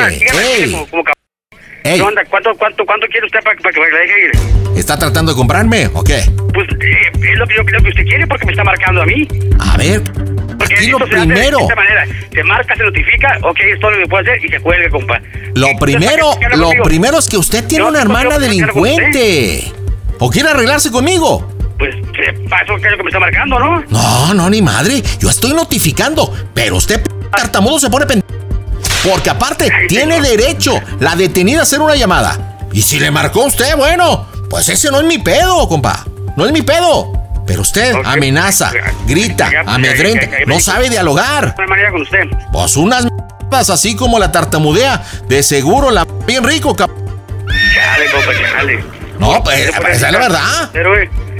¡Ey! ¿Cuánto quiere usted para que le deje ir? ¿Está tratando de comprarme o qué? Pues es lo que yo creo que usted quiere porque me está marcando a mí. A ver, porque aquí lo primero... De esta manera, se marca, se notifica, ok, esto es lo que puede hacer y se cuelga, compa. Lo primero es que usted tiene una hermana delincuente. ¿O quiere arreglarse conmigo? Pues, eso es lo que me está marcando, ¿no? No, ni madre. Yo estoy notificando, pero usted, tartamudo, se pone porque aparte, tiene derecho la detenida a hacer una llamada. Y si le marcó usted, bueno, pues ese no es mi pedo, compa. No es mi pedo. Pero usted amenaza, grita, amedrenta, no sabe dialogar. ¿Qué manera con usted? Pues unas m***as así como la tartamudea. De seguro la bien rico, Chale, compa, chale. No, pues esa es la verdad. Pero,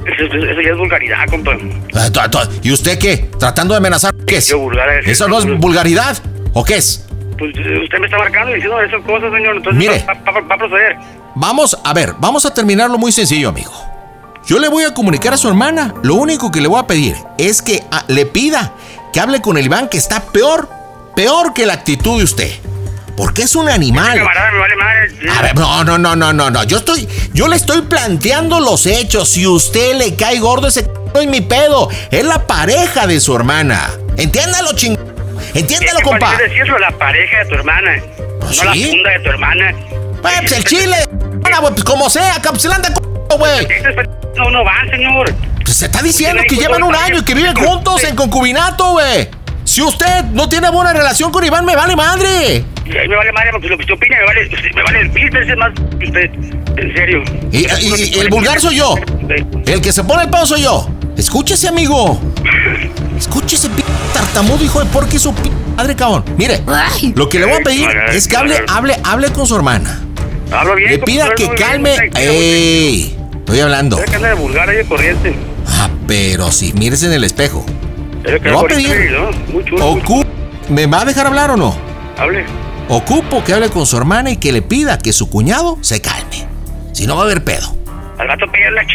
Eso ya es vulgaridad, compa. ¿Y usted qué? ¿Tratando de amenazar? ¿Qué es? ¿Eso no es vulgaridad? ¿O qué es? Pues usted me está marcando y diciendo esas cosas, señor. Entonces mire, va a proceder. Vamos a terminarlo muy sencillo, amigo. Yo le voy a comunicar a su hermana. Lo único que le voy a pedir es que le pida que hable con el Iván, que está peor que la actitud de usted. Porque es un animal. Camarada, me vale madre. A ver, no. Yo le estoy planteando los hechos. Si usted le cae gordo, ese no es mi pedo. Es la pareja de su hermana. Entiéndalo, Entiéndalo, compa. ¿Qué decir sobre la pareja de tu hermana? ¿Sí? No la funda de tu hermana. Pues el chile. Pues como sea, capsulante, güey. No van, señor. Pues se está diciendo que llevan un año y que viven juntos en concubinato, güey. Si usted no tiene buena relación con Iván, me vale madre. Me vale madre, porque lo que usted opina me vale el 1000 veces más que usted. En serio. Y el vulgar soy yo. El que se pone el pedo soy yo. Escúchese, amigo. Escúchese, tartamudo, hijo de porqué su madre, cabrón. Mire, lo que le voy a pedir es que hable con su hermana. Hablo bien. Le pida que calme. ¡Ey! Estoy hablando. Que anda de vulgar ahí de corriente. Pero sí, mírese en el espejo. Le voy a pedir. ¿Me va a dejar hablar o no? Hable. Ocupo que hable con su hermana y que le pida que su cuñado se calme. Si no va a haber pedo. Al gato pilla la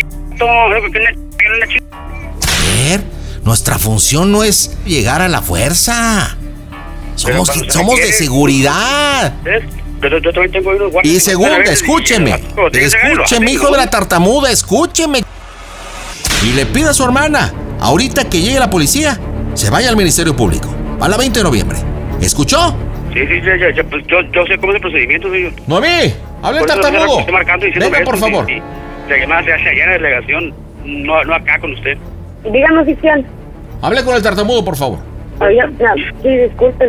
A ver, nuestra función no es llegar a la fuerza. Somos de seguridad. Pero yo también tengo unos guardias. Y segundo, escúcheme, hijo de la tartamuda, escúcheme. Y le pida a su hermana, ahorita que llegue la policía, se vaya al Ministerio Público, a la 20 de noviembre. ¿Escuchó? Sí, ya, pues yo sé cómo es el procedimiento, señor. No a mí, hable el tartamudo. Venga, por favor. La llamada se hace allá en la delegación, no acá con usted. Dígame, oficial. Hable con el tartamudo, por favor. Sí, disculpe,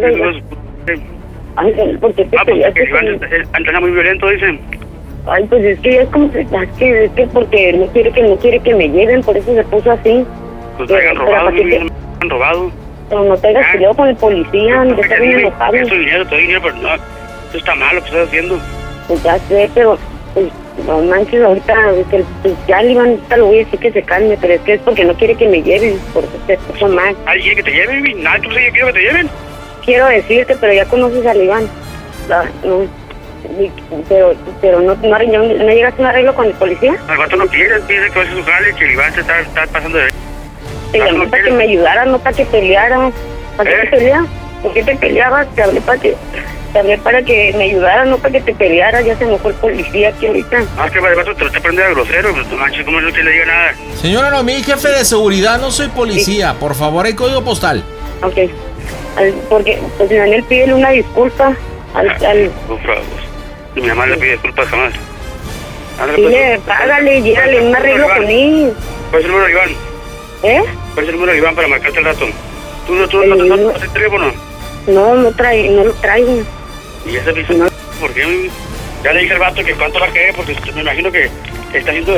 porque anda muy violento, dicen. Ay, pues es que es como es que porque no quiere que me lleven, por eso se puso así. Pues traigan robado, han robado. Pero no te hagas peleado con el policía, no está bien enojado. Te doy dinero, pero no, esto está mal lo que estás haciendo. Pues ya sé, pero pues, no manches, ahorita pues, ya le Iván, ahorita lo voy a decir que se calme, pero es que es porque no quiere que me lleven, porque se puso mal. ¿Alguien quiere que te lleven? ¿Nadie tú sabes que quiero que te lleven? Quiero decirte, pero ya conoces al Iván. No, pero no llegaste a un arreglo con el policía. Al vato no quiere que va a hacer su jale, que el Iván se está pasando de... Te llamé para que me ayudara, no para que peleara. ¿Para qué te peleas? ¿Por qué te peleabas? Te hablé para que me ayudara, no para que te peleara. Ya se enojó el policía aquí ahorita. Que el vato te lo está prendiendo de grosero, pues no manches, ¿cómo no te le diga nada? Señora, no, mi jefe de seguridad, no soy policía. Sí. Por favor, hay código postal. Ok. Porque, pues, Daniel, pídele una disculpa al... Por favor. Mi mamá le pide disculpas jamás. Dile, págale, llévale un arreglo con él. ¿Cuál es el número de Iván? ¿Cuál es el número de Iván para marcarte el rato? ¿Tú no tienes el teléfono? No lo traigo. ¿Y ese piso? No. ¿Por qué? Ya le dije al vato que cuánto va a querer, porque me imagino que está haciendo...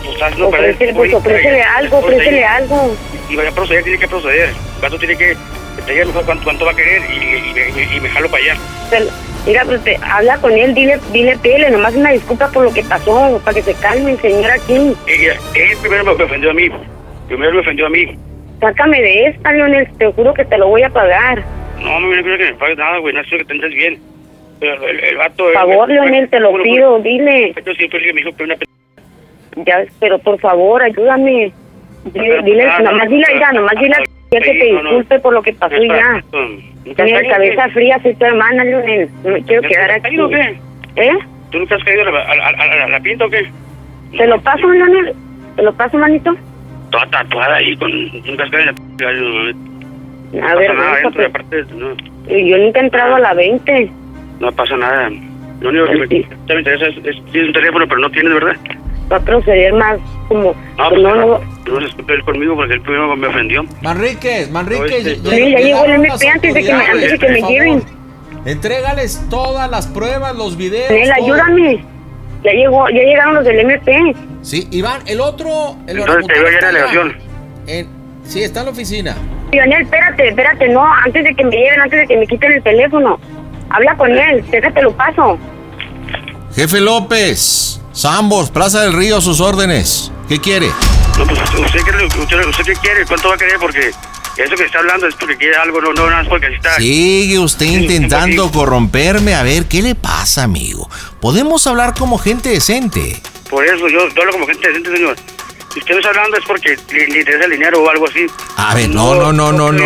Ofrécele algo. Y vaya a proceder, tiene que proceder. El vato tiene que... Te diga mejor cuánto va a querer y me jalo para allá. Mira, pues habla con él, dile, pídele nomás una disculpa por lo que pasó, para que se calme el señor aquí. Él primero me ofendió a mí. Sácame de esta, Leonel, te juro que te lo voy a pagar. No quiero que me pagues nada, güey, no sé que te entres bien. Pero el vato... Por favor, Leonel, te lo pido, dile. Yo siempre le digo que me dijo que una... Ya, pero por favor, ayúdame. Dile, nomás dile que te disculpe por lo que pasó y ya. Tiene cabeza fría, soy tu hermana, Leonel. No me quiero quedar aquí. ¿O qué? ¿Tú nunca has caído a la pinta o qué? ¿Te lo paso, Leonel? ¿Te lo paso, manito? Toda tatuada ahí con un cascabel en la pinta. A ver, no. Aparte, no. Yo nunca he entrado a la 20. No pasa nada. Lo único que me interesa es tienes un teléfono, pero no tienes, ¿verdad? Va a proceder más como... No se disculpe él conmigo porque él primero me ofendió. Manríquez. Sí, ya llegó el MP antes de que me lleven. Entrégales todas las pruebas, los videos. Él, ayúdame. Ya llegaron los del MP. Sí, Iván, el otro... Entonces te veo allá en la delegación. Sí, está en la oficina. Daniel, espérate, no, antes de que me lleven, antes de que me quiten el teléfono. Habla con él, déjate lo paso. Jefe López, Zambos, Plaza del Río, a sus órdenes. ¿Qué quiere? No, pues ¿usted qué quiere? ¿Cuánto va a querer? Porque eso que está hablando es porque quiere algo, no es porque así está. Sigue usted intentando corromperme. A ver, ¿qué le pasa, amigo? Podemos hablar como gente decente. Por eso, yo hablo como gente decente, señor. Si usted me está hablando es porque le interesa el dinero o algo así. A ver, no. A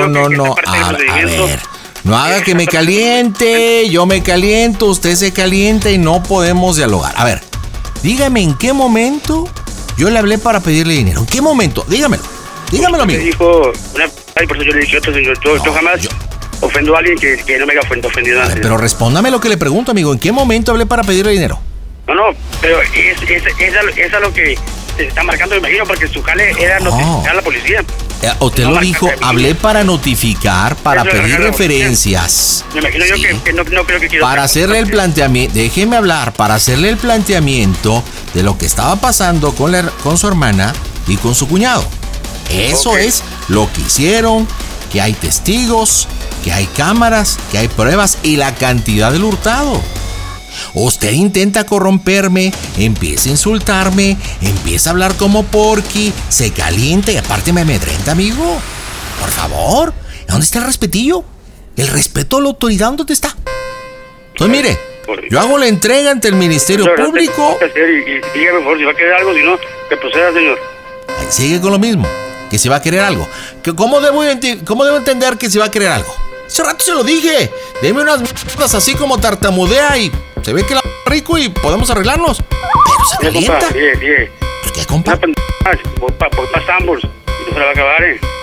ver, no haga que me caliente, yo me caliento, usted se calienta y no podemos dialogar. A ver, dígame en qué momento yo le hablé para pedirle dinero. ¿En qué momento? Dígamelo, amigo. Me dijo por eso yo le dije otro, señor. Yo jamás ofendo a alguien que no me haya ofendido antes. Pero respóndame lo que le pregunto, amigo. ¿En qué momento hablé para pedirle dinero? No, pero es a lo que se está marcando, me imagino, porque su jale era notificar a la policía. Usted lo dijo, hablé para notificar, para pedir referencias. Me imagino yo que no creo que quiera. Para hacerle el planteamiento, déjeme hablar, para hacerle el planteamiento de lo que estaba pasando con su hermana y con su cuñado. Eso es lo que hicieron, que hay testigos, que hay cámaras, que hay pruebas y la cantidad del hurtado. Usted intenta corromperme, empieza a insultarme, empieza a hablar como porqui, se calienta y aparte me amedrenta, amigo. Por favor, ¿dónde está el respetillo? ¿El respeto a la autoridad dónde está? Entonces mire, yo hago la entrega ante el Ministerio Público. Y dígame, por favor, si va a querer algo, si no, que proceda, señor. Ahí sigue con lo mismo, que si va a querer algo. ¿Cómo debo entender que si va a querer algo? Hace rato se lo dije. Deme unas mierdas así como tartamudea y se ve que la rico y podemos arreglarnos. Pero se calienta. Pues ¿qué, compa? Por Sambors. Y no se la va a acabar,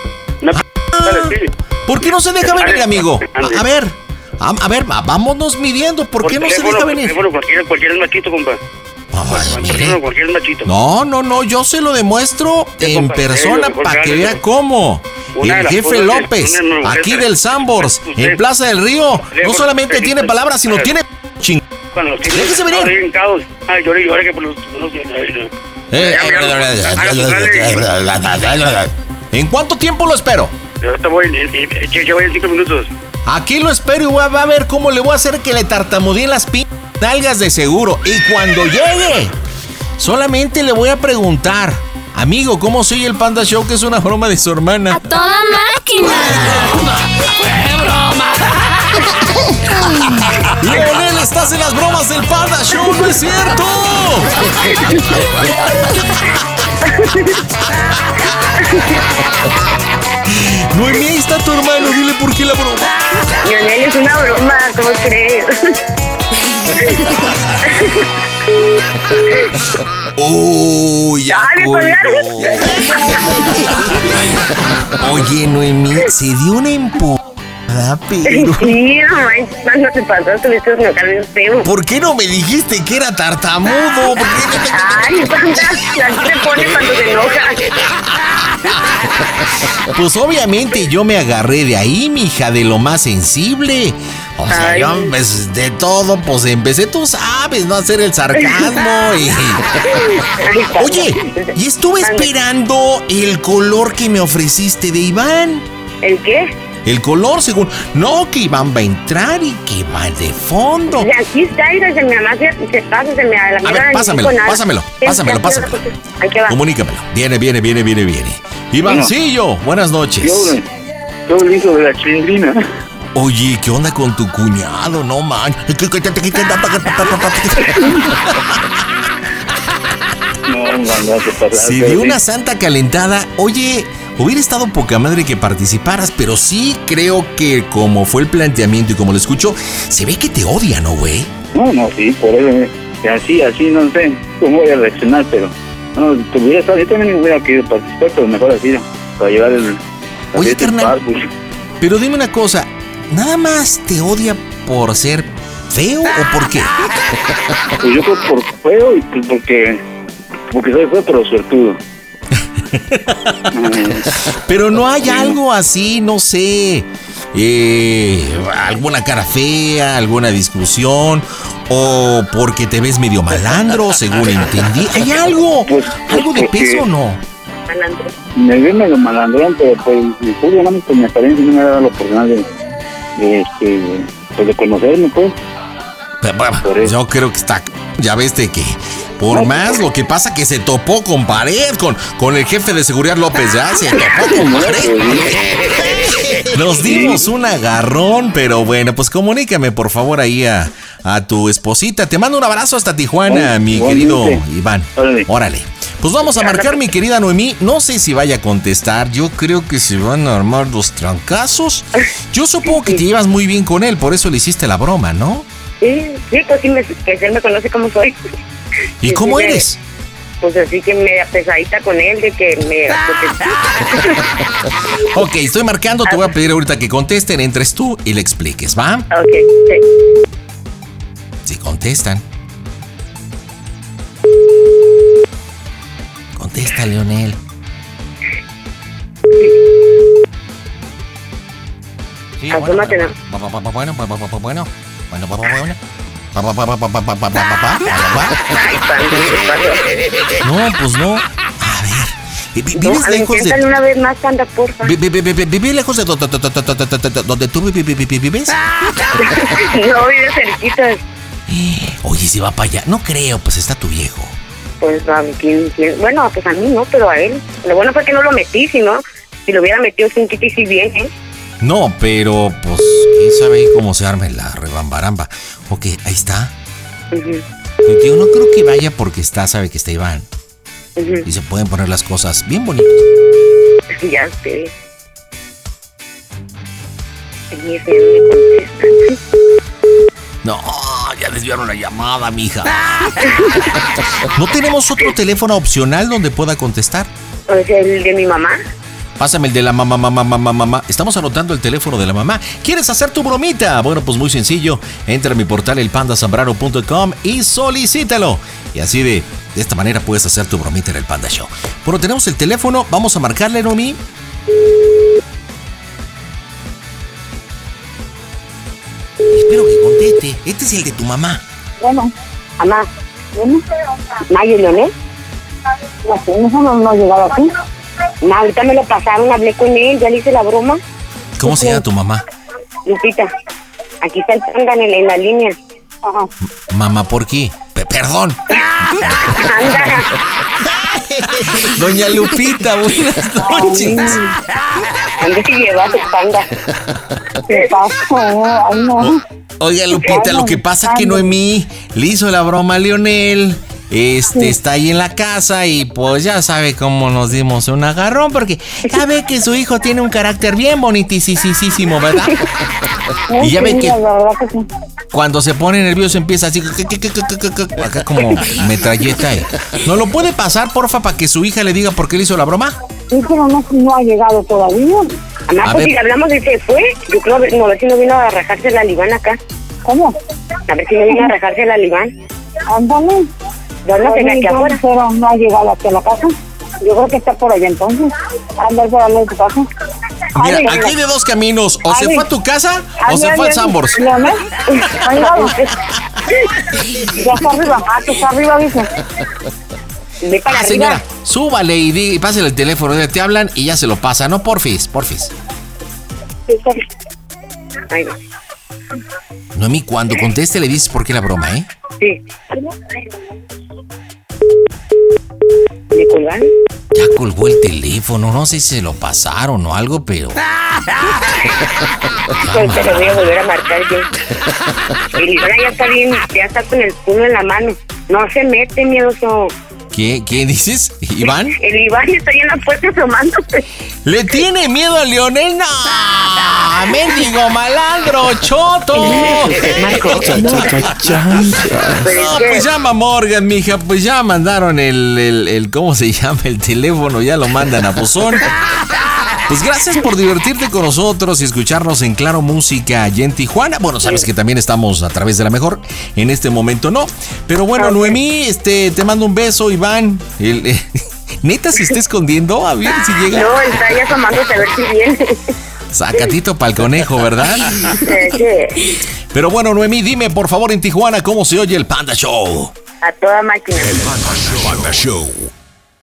¿Por qué no se deja venir, amigo? A ver, vámonos midiendo. ¿Por qué no se deja venir? Cualquier es machito, compa. Cualquier machito. No, yo se lo demuestro en persona para que vea cómo. El jefe López, aquí del Sambors, en Plaza del Río, no solamente tiene palabras, sino tiene ching. Déjese venir. ¿En cuánto tiempo lo espero? Yo voy en 5 minutos. Aquí lo espero y va a ver cómo le voy a hacer que le tartamudeen las nalgas de seguro. Y cuando llegue, solamente le voy a preguntar: amigo, ¿cómo sigue el Panda Show? Que es una broma de su hermana. ¡A toda máquina! ¡Fue broma! Leonel, estás en las bromas del Panda Show, ¿no es cierto? Noemí, ahí está tu hermano, dile por qué la broma. Leonel, es una broma, ¿cómo crees? Ya Oye, Noemí, se dio una emputada, pero... Sí, no te pasó, estuviste enojado feo. ¿Por qué no me dijiste que era tartamudo? Ay, así se pone cuando se enoja. Pues obviamente yo me agarré de ahí, mija, de lo más sensible. O sea, yo pues, de todo, pues empecé, tú sabes, ¿no? A hacer el sarcasmo y... Oye, y estuve esperando el color que me ofreciste de Iván. ¿El qué? El color, según... No, que Iván va a entrar y que va de fondo. Y aquí está, y se me amasa, se pasa, se me... A ver, pásamelo. Ahí que va. Comunícamelo. Viene. Ivancillo, buenas noches. Yo el hijo de la chilindrina. Oye, ¿qué onda con tu cuñado? No man. Si dio una santa calentada, oye, hubiera estado poca madre que participaras, pero sí creo que como fue el planteamiento y como lo escucho, se ve que te odia, ¿no, güey? No, sí, por eso, así, no sé cómo voy a reaccionar, pero no, yo también hubiera querido participar, pero mejor así, para llevar el... Oye, carnal, pero dime una cosa, ¿nada más te odia por ser feo o por qué? Pues yo creo por feo y porque soy feo pero suertudo. Pero no hay algo así, no sé, alguna cara fea, alguna discusión, o porque te ves medio malandro, según entendí. ¿Hay algo? ¿Algo de peso o no? Malandro. Me veo medio malandrón, pero pues mi apariencia no me ha dado la oportunidad de conocerme, pues. Yo creo que está... Ya ves de que Por más, lo que pasa que se topó con pared, con el jefe de seguridad López, ya se topó con pared. Nos dimos un agarrón, pero bueno, pues comunícame por favor ahí a tu esposita. Te mando un abrazo hasta Tijuana, mi querido Iván. Órale. Pues vamos a marcar, mi querida Noemí. No sé si vaya a contestar. Yo creo que se van a armar los trancazos. Yo supongo que te llevas muy bien con él, por eso le hiciste la broma, ¿no? Sí, pues sí, pues él me conoce como soy. ¿Y cómo eres? Pues así que media pesadita con él, de que me... Ok, estoy marcando, te voy a pedir ahorita que contesten, entres tú y le expliques, ¿va? Ok, sí. Sí, contestan. Contesta, Leonel. Sí, asómatela. Bueno. No, pues no. A ver. ¿Vives lejos de...? Una vez más, Panda, porfa. ¿Vives lejos de donde tú vives? No, vive cerquita. Oye, si va para allá. No creo, pues está tu viejo. Pues a ¿quién? Bueno, pues a mí no, pero a él. Lo bueno fue que no lo metí, si lo hubiera metido sin Titi, sí bien, ¿eh? No, pero pues quién sabe ahí cómo se arme la rebambaramba. Ok, ahí está. Yo no creo que vaya porque sabe que está Iván. Y se pueden poner las cosas bien bonitas. Ya sé. Y ese me contesta. No, ya desviaron la llamada, mija. ¿No tenemos otro teléfono opcional donde pueda contestar? ¿Es el de mi mamá? Pásame el de la mamá. Estamos anotando el teléfono de la mamá. ¿Quieres hacer tu bromita? Bueno, pues muy sencillo. Entra a mi portal elpandasambrano.com y solicítalo. Y así de esta manera puedes hacer tu bromita en el Panda Show. Bueno, tenemos el teléfono. Vamos a marcarle, Noemí. Espero que conteste. Este es el de tu mamá. Bueno, mamá. ¿Mayo Leonel? No ha llegado aquí. No, ahorita me lo pasaron, hablé con él, ya le hice la broma. ¿Cómo se llama tu mamá? Lupita. Aquí está el Panda en la línea. Ajá. Mamá, ¿por qué? Perdón. Doña Lupita, buenas noches. ¿Dónde se lleva tu Panda? ¿Qué pasa? Ay, no. Oiga, Lupita, lo que pasa es que Noemí le hizo la broma a Leonel. Está ahí en la casa y pues ya sabe cómo nos dimos un agarrón porque sabe que su hijo tiene un carácter bien bonitísimo, ¿verdad? Y ya ve que cuando se pone nervioso empieza así acá como metralleta. ¿No lo puede pasar, porfa, para que su hija le diga por qué le hizo la broma? Sí, pero no ha llegado todavía. Además, pues si le hablamos de que fue, yo creo, a ver si no vino a rajarse la Libán acá. ¿Cómo? A ver si no vino a rajarse la Libán. Ándale. ¿Dónde no aquí afuera? Pero no ha llegado aquí a la casa. Yo creo que está por allá entonces. Andar por allá de tu casa. Mira, aquí hay de dos caminos. O se fue a tu casa o se fue al Sambors. Ya está arriba. Que está arriba, dice. Ve para arriba. Señora, súbale y pásale el teléfono. Te hablan y ya se lo pasa. No, porfis. Ahí va. Noemí, cuando conteste le dices por qué la broma, ¿eh? Sí. ¿Le colgaron? Ya colgó el teléfono, no sé si se lo pasaron o algo, pero... Pues te lo voy a volver a marcar yo. El Iván ya está bien, ya está con el puño en la mano. No se mete, miedoso. ¿Qué dices, Iván? El Iván está ahí en la puerta asomándose. ¿Le tiene miedo a Leonel? ¡No! ¡Mendigo malandro, choto! Pues llama a Morgan, mija. Pues ya mandaron el ¿cómo se llama? El teléfono, ya lo mandan a buzón. Pues gracias por divertirte con nosotros y escucharnos en Claro Música allá en Tijuana. Bueno, sabes que también estamos a través de la mejor. En este momento no. Pero bueno, Noemí, te mando un beso, Iván. ¿Neta se está escondiendo? A ver si llega. No, está ahí asomándose a ver si viene. Sacatito pa'l conejo, ¿verdad? Sí. Pero bueno, Noemí, dime por favor en Tijuana cómo se oye el Panda Show. A toda máquina. El Panda Show.